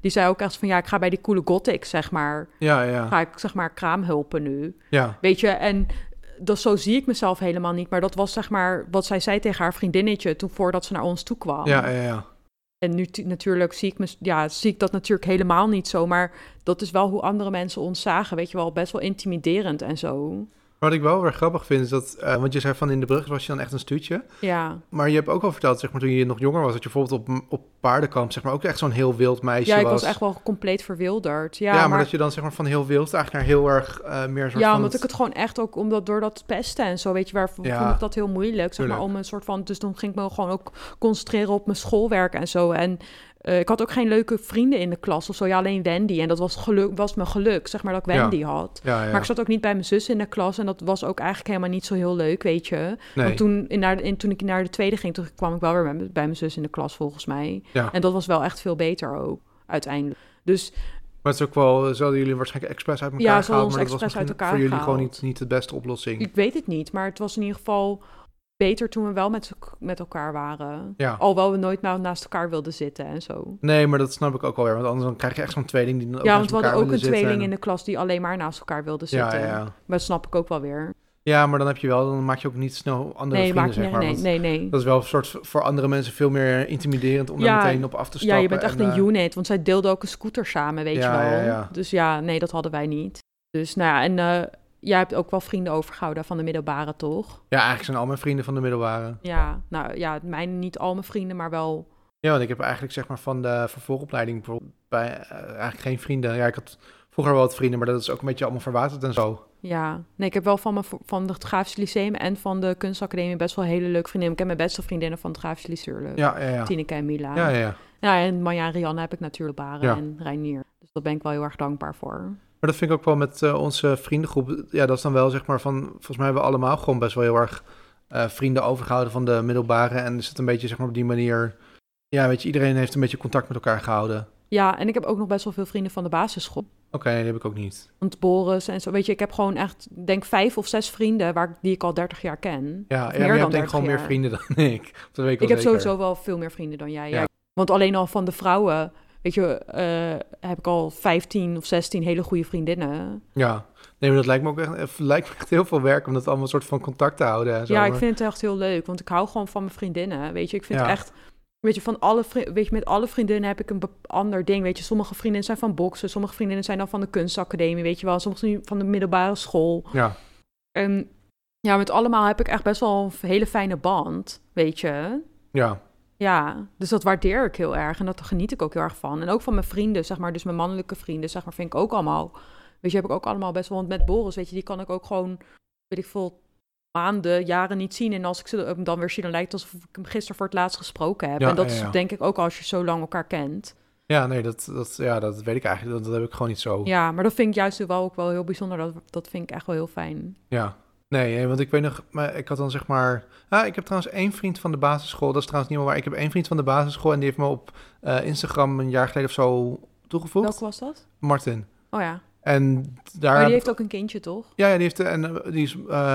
Die zei ook echt van, ja, ik ga bij die coole gothics, zeg maar. Ja. Ga ik, zeg maar, kraamhulpen nu. Ja. Weet je, en zo zie ik mezelf helemaal niet. Maar dat was, zeg maar, wat zij zei tegen haar vriendinnetje toen voordat ze naar ons toe kwam. Ja. En nu natuurlijk zie ik dat natuurlijk helemaal niet zo. Maar dat is wel hoe andere mensen ons zagen. Weet je wel, best wel intimiderend en zo. Wat ik wel weer grappig vind is dat, want je zei van in de brug was je dan echt een stuutje. Ja. Maar je hebt ook al verteld, zeg maar, toen je nog jonger was, dat je bijvoorbeeld op paardenkamp, zeg maar, ook echt zo'n heel wild meisje was. Ja, ik was echt wel compleet verwilderd. Ja, maar dat je dan, zeg maar, van heel wild eigenlijk naar heel erg meer soort ja, van... omdat ik het gewoon echt ook, omdat door dat pesten en zo, weet je, vond ik dat heel moeilijk, zeg maar, om een soort van, dus toen ging ik me gewoon ook concentreren op mijn schoolwerk en zo. En ik had ook geen leuke vrienden in de klas of zo. Ja, alleen Wendy. En dat was mijn geluk, zeg maar, dat ik Wendy had. Ja. Maar ik zat ook niet bij mijn zus in de klas. En dat was ook eigenlijk helemaal niet zo heel leuk, weet je. Nee. Want toen ik naar de tweede ging, toen kwam ik wel weer bij mijn zus in de klas, volgens mij. Ja. En dat was wel echt veel beter ook, uiteindelijk. Dus... Maar het is ook wel, zouden jullie waarschijnlijk expres uit elkaar gehaald, maar dat was uit elkaar voor jullie gehaald. gewoon niet de beste oplossing. Ik weet het niet, maar het was in ieder geval beter toen we wel met elkaar waren. Ja. Alhoewel we nooit naast elkaar wilden zitten en zo. Nee, maar dat snap ik ook wel weer. Want anders dan krijg je echt zo'n tweeling die dan ook ja, naast want we elkaar hadden ook een tweeling en... in de klas die alleen maar naast elkaar wilde zitten. Ja. Maar dat snap ik ook wel weer. Ja, maar dan maak je ook niet snel andere vrienden, zeg maar. Nee. Dat is wel een soort voor andere mensen veel meer intimiderend om daar meteen op af te stappen. Ja, je bent echt een unit, want zij deelden ook een scooter samen, weet je wel. Ja. Dus ja, nee, dat hadden wij niet. Dus nou ja, en jij hebt ook wel vrienden overgehouden van de middelbare, toch? Ja, eigenlijk zijn al mijn vrienden van de middelbare. Ja, nou ja, mijn niet al mijn vrienden, maar wel... Ja, want ik heb eigenlijk zeg maar van de vervolgopleiding bijvoorbeeld bij eigenlijk geen vrienden. Ja, ik had vroeger wel wat vrienden, maar dat is ook een beetje allemaal verwaterd en zo. Ja, nee, ik heb wel van het Grafisch Lyceum en van de Kunstacademie best wel hele leuke vriendinnen. Ik heb mijn beste vriendinnen van het Grafisch Lyceum. Ja. Tineke en Mila. Ja. Ja, en Manja en Rianne heb ik natuurlijk Baren en Reinier. Dus daar ben ik wel heel erg dankbaar voor. Maar dat vind ik ook wel met onze vriendengroep. Ja, dat is dan wel zeg maar van... Volgens mij hebben we allemaal gewoon best wel heel erg vrienden overgehouden van de middelbare. En is het een beetje zeg maar op die manier... Ja, weet je, iedereen heeft een beetje contact met elkaar gehouden. Ja, en ik heb ook nog best wel veel vrienden van de basisschool. Oké, die heb ik ook niet. Want Boris en zo, weet je, ik heb gewoon echt, denk 5 of 6 vrienden die ik al 30 jaar ken. Ja, maar je hebt denk ik gewoon meer vrienden dan ik. Dat weet ik heb sowieso wel veel meer vrienden dan jij. Ja. Want alleen al van de vrouwen, weet je, heb ik al 15 of 16 hele goede vriendinnen. Ja, nee, maar dat lijkt me ook echt heel veel werk om dat allemaal een soort van contact te houden. En zo. Ja, ik vind het echt heel leuk, want ik hou gewoon van mijn vriendinnen, weet je. Ik vind het echt... Weet je, met alle vriendinnen heb ik een ander ding. Weet je, sommige vriendinnen zijn van boksen, sommige vriendinnen zijn dan van de kunstacademie, weet je wel. Sommige zijn van de middelbare school. Ja. En ja, met allemaal heb ik echt best wel een hele fijne band, weet je. Ja. Ja, dus dat waardeer ik heel erg en dat geniet ik ook heel erg van. En ook van mijn vrienden, zeg maar, dus mijn mannelijke vrienden, zeg maar, vind ik ook allemaal... Weet je, heb ik ook allemaal best wel... Want met Boris, weet je, die kan ik ook gewoon, weet ik veel... maanden, jaren niet zien. En als ik ze dan weer zie, dan lijkt het alsof ik hem gisteren voor het laatst gesproken heb. En dat is denk ik ook als je zo lang elkaar kent. Ja, nee, dat weet ik eigenlijk. Dat heb ik gewoon niet zo. Ja, maar dat vind ik juist wel ook wel heel bijzonder. Dat vind ik echt wel heel fijn. Ja. Nee, want ik weet nog, maar ik had dan zeg maar... ik heb trouwens 1 vriend van de basisschool. Dat is trouwens niet meer waar. Ik heb 1 vriend van de basisschool en die heeft me op Instagram een jaar geleden of zo toegevoegd. Welke was dat? Martin. Oh ja. En daar... Maar die heeft ook een kindje, toch? Ja, die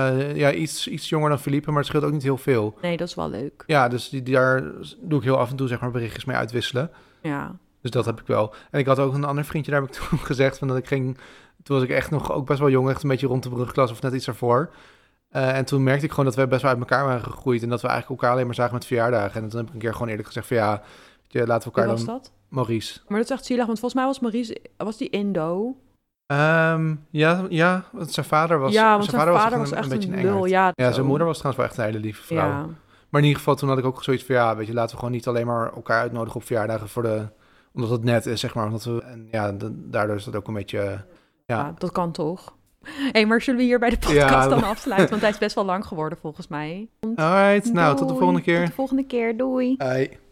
is iets jonger dan Philippe, maar het scheelt ook niet heel veel. Nee, dat is wel leuk. Ja, dus daar doe ik heel af en toe zeg maar berichtjes mee uitwisselen. Ja. Dus dat heb ik wel. En ik had ook een ander vriendje, daar heb ik toen gezegd van dat ik ging... Toen was ik echt nog ook best wel jong, echt een beetje rond de brugklas of net iets daarvoor. En toen merkte ik gewoon dat we best wel uit elkaar waren gegroeid en dat we eigenlijk elkaar alleen maar zagen met verjaardagen. En toen heb ik een keer gewoon eerlijk gezegd van laten we elkaar dan... Wie was dat? Maurice. Maar dat is echt zielig, want volgens mij was Maurice, was die Indo? Ja, want zijn vader was... Ja, want zijn vader was echt een beetje een lul. Ja, zijn moeder was trouwens wel echt een hele lieve vrouw. Ja. Maar in ieder geval, toen had ik ook zoiets van... weet je, laten we gewoon niet alleen maar elkaar uitnodigen op verjaardagen omdat het net is, zeg maar. Daardoor is dat ook een beetje... Ja, dat kan toch? Maar zullen we hier bij de podcast dan afsluiten? Want hij is best wel lang geworden, volgens mij. Alright, nou, tot de volgende keer. Tot de volgende keer, doei. Bye.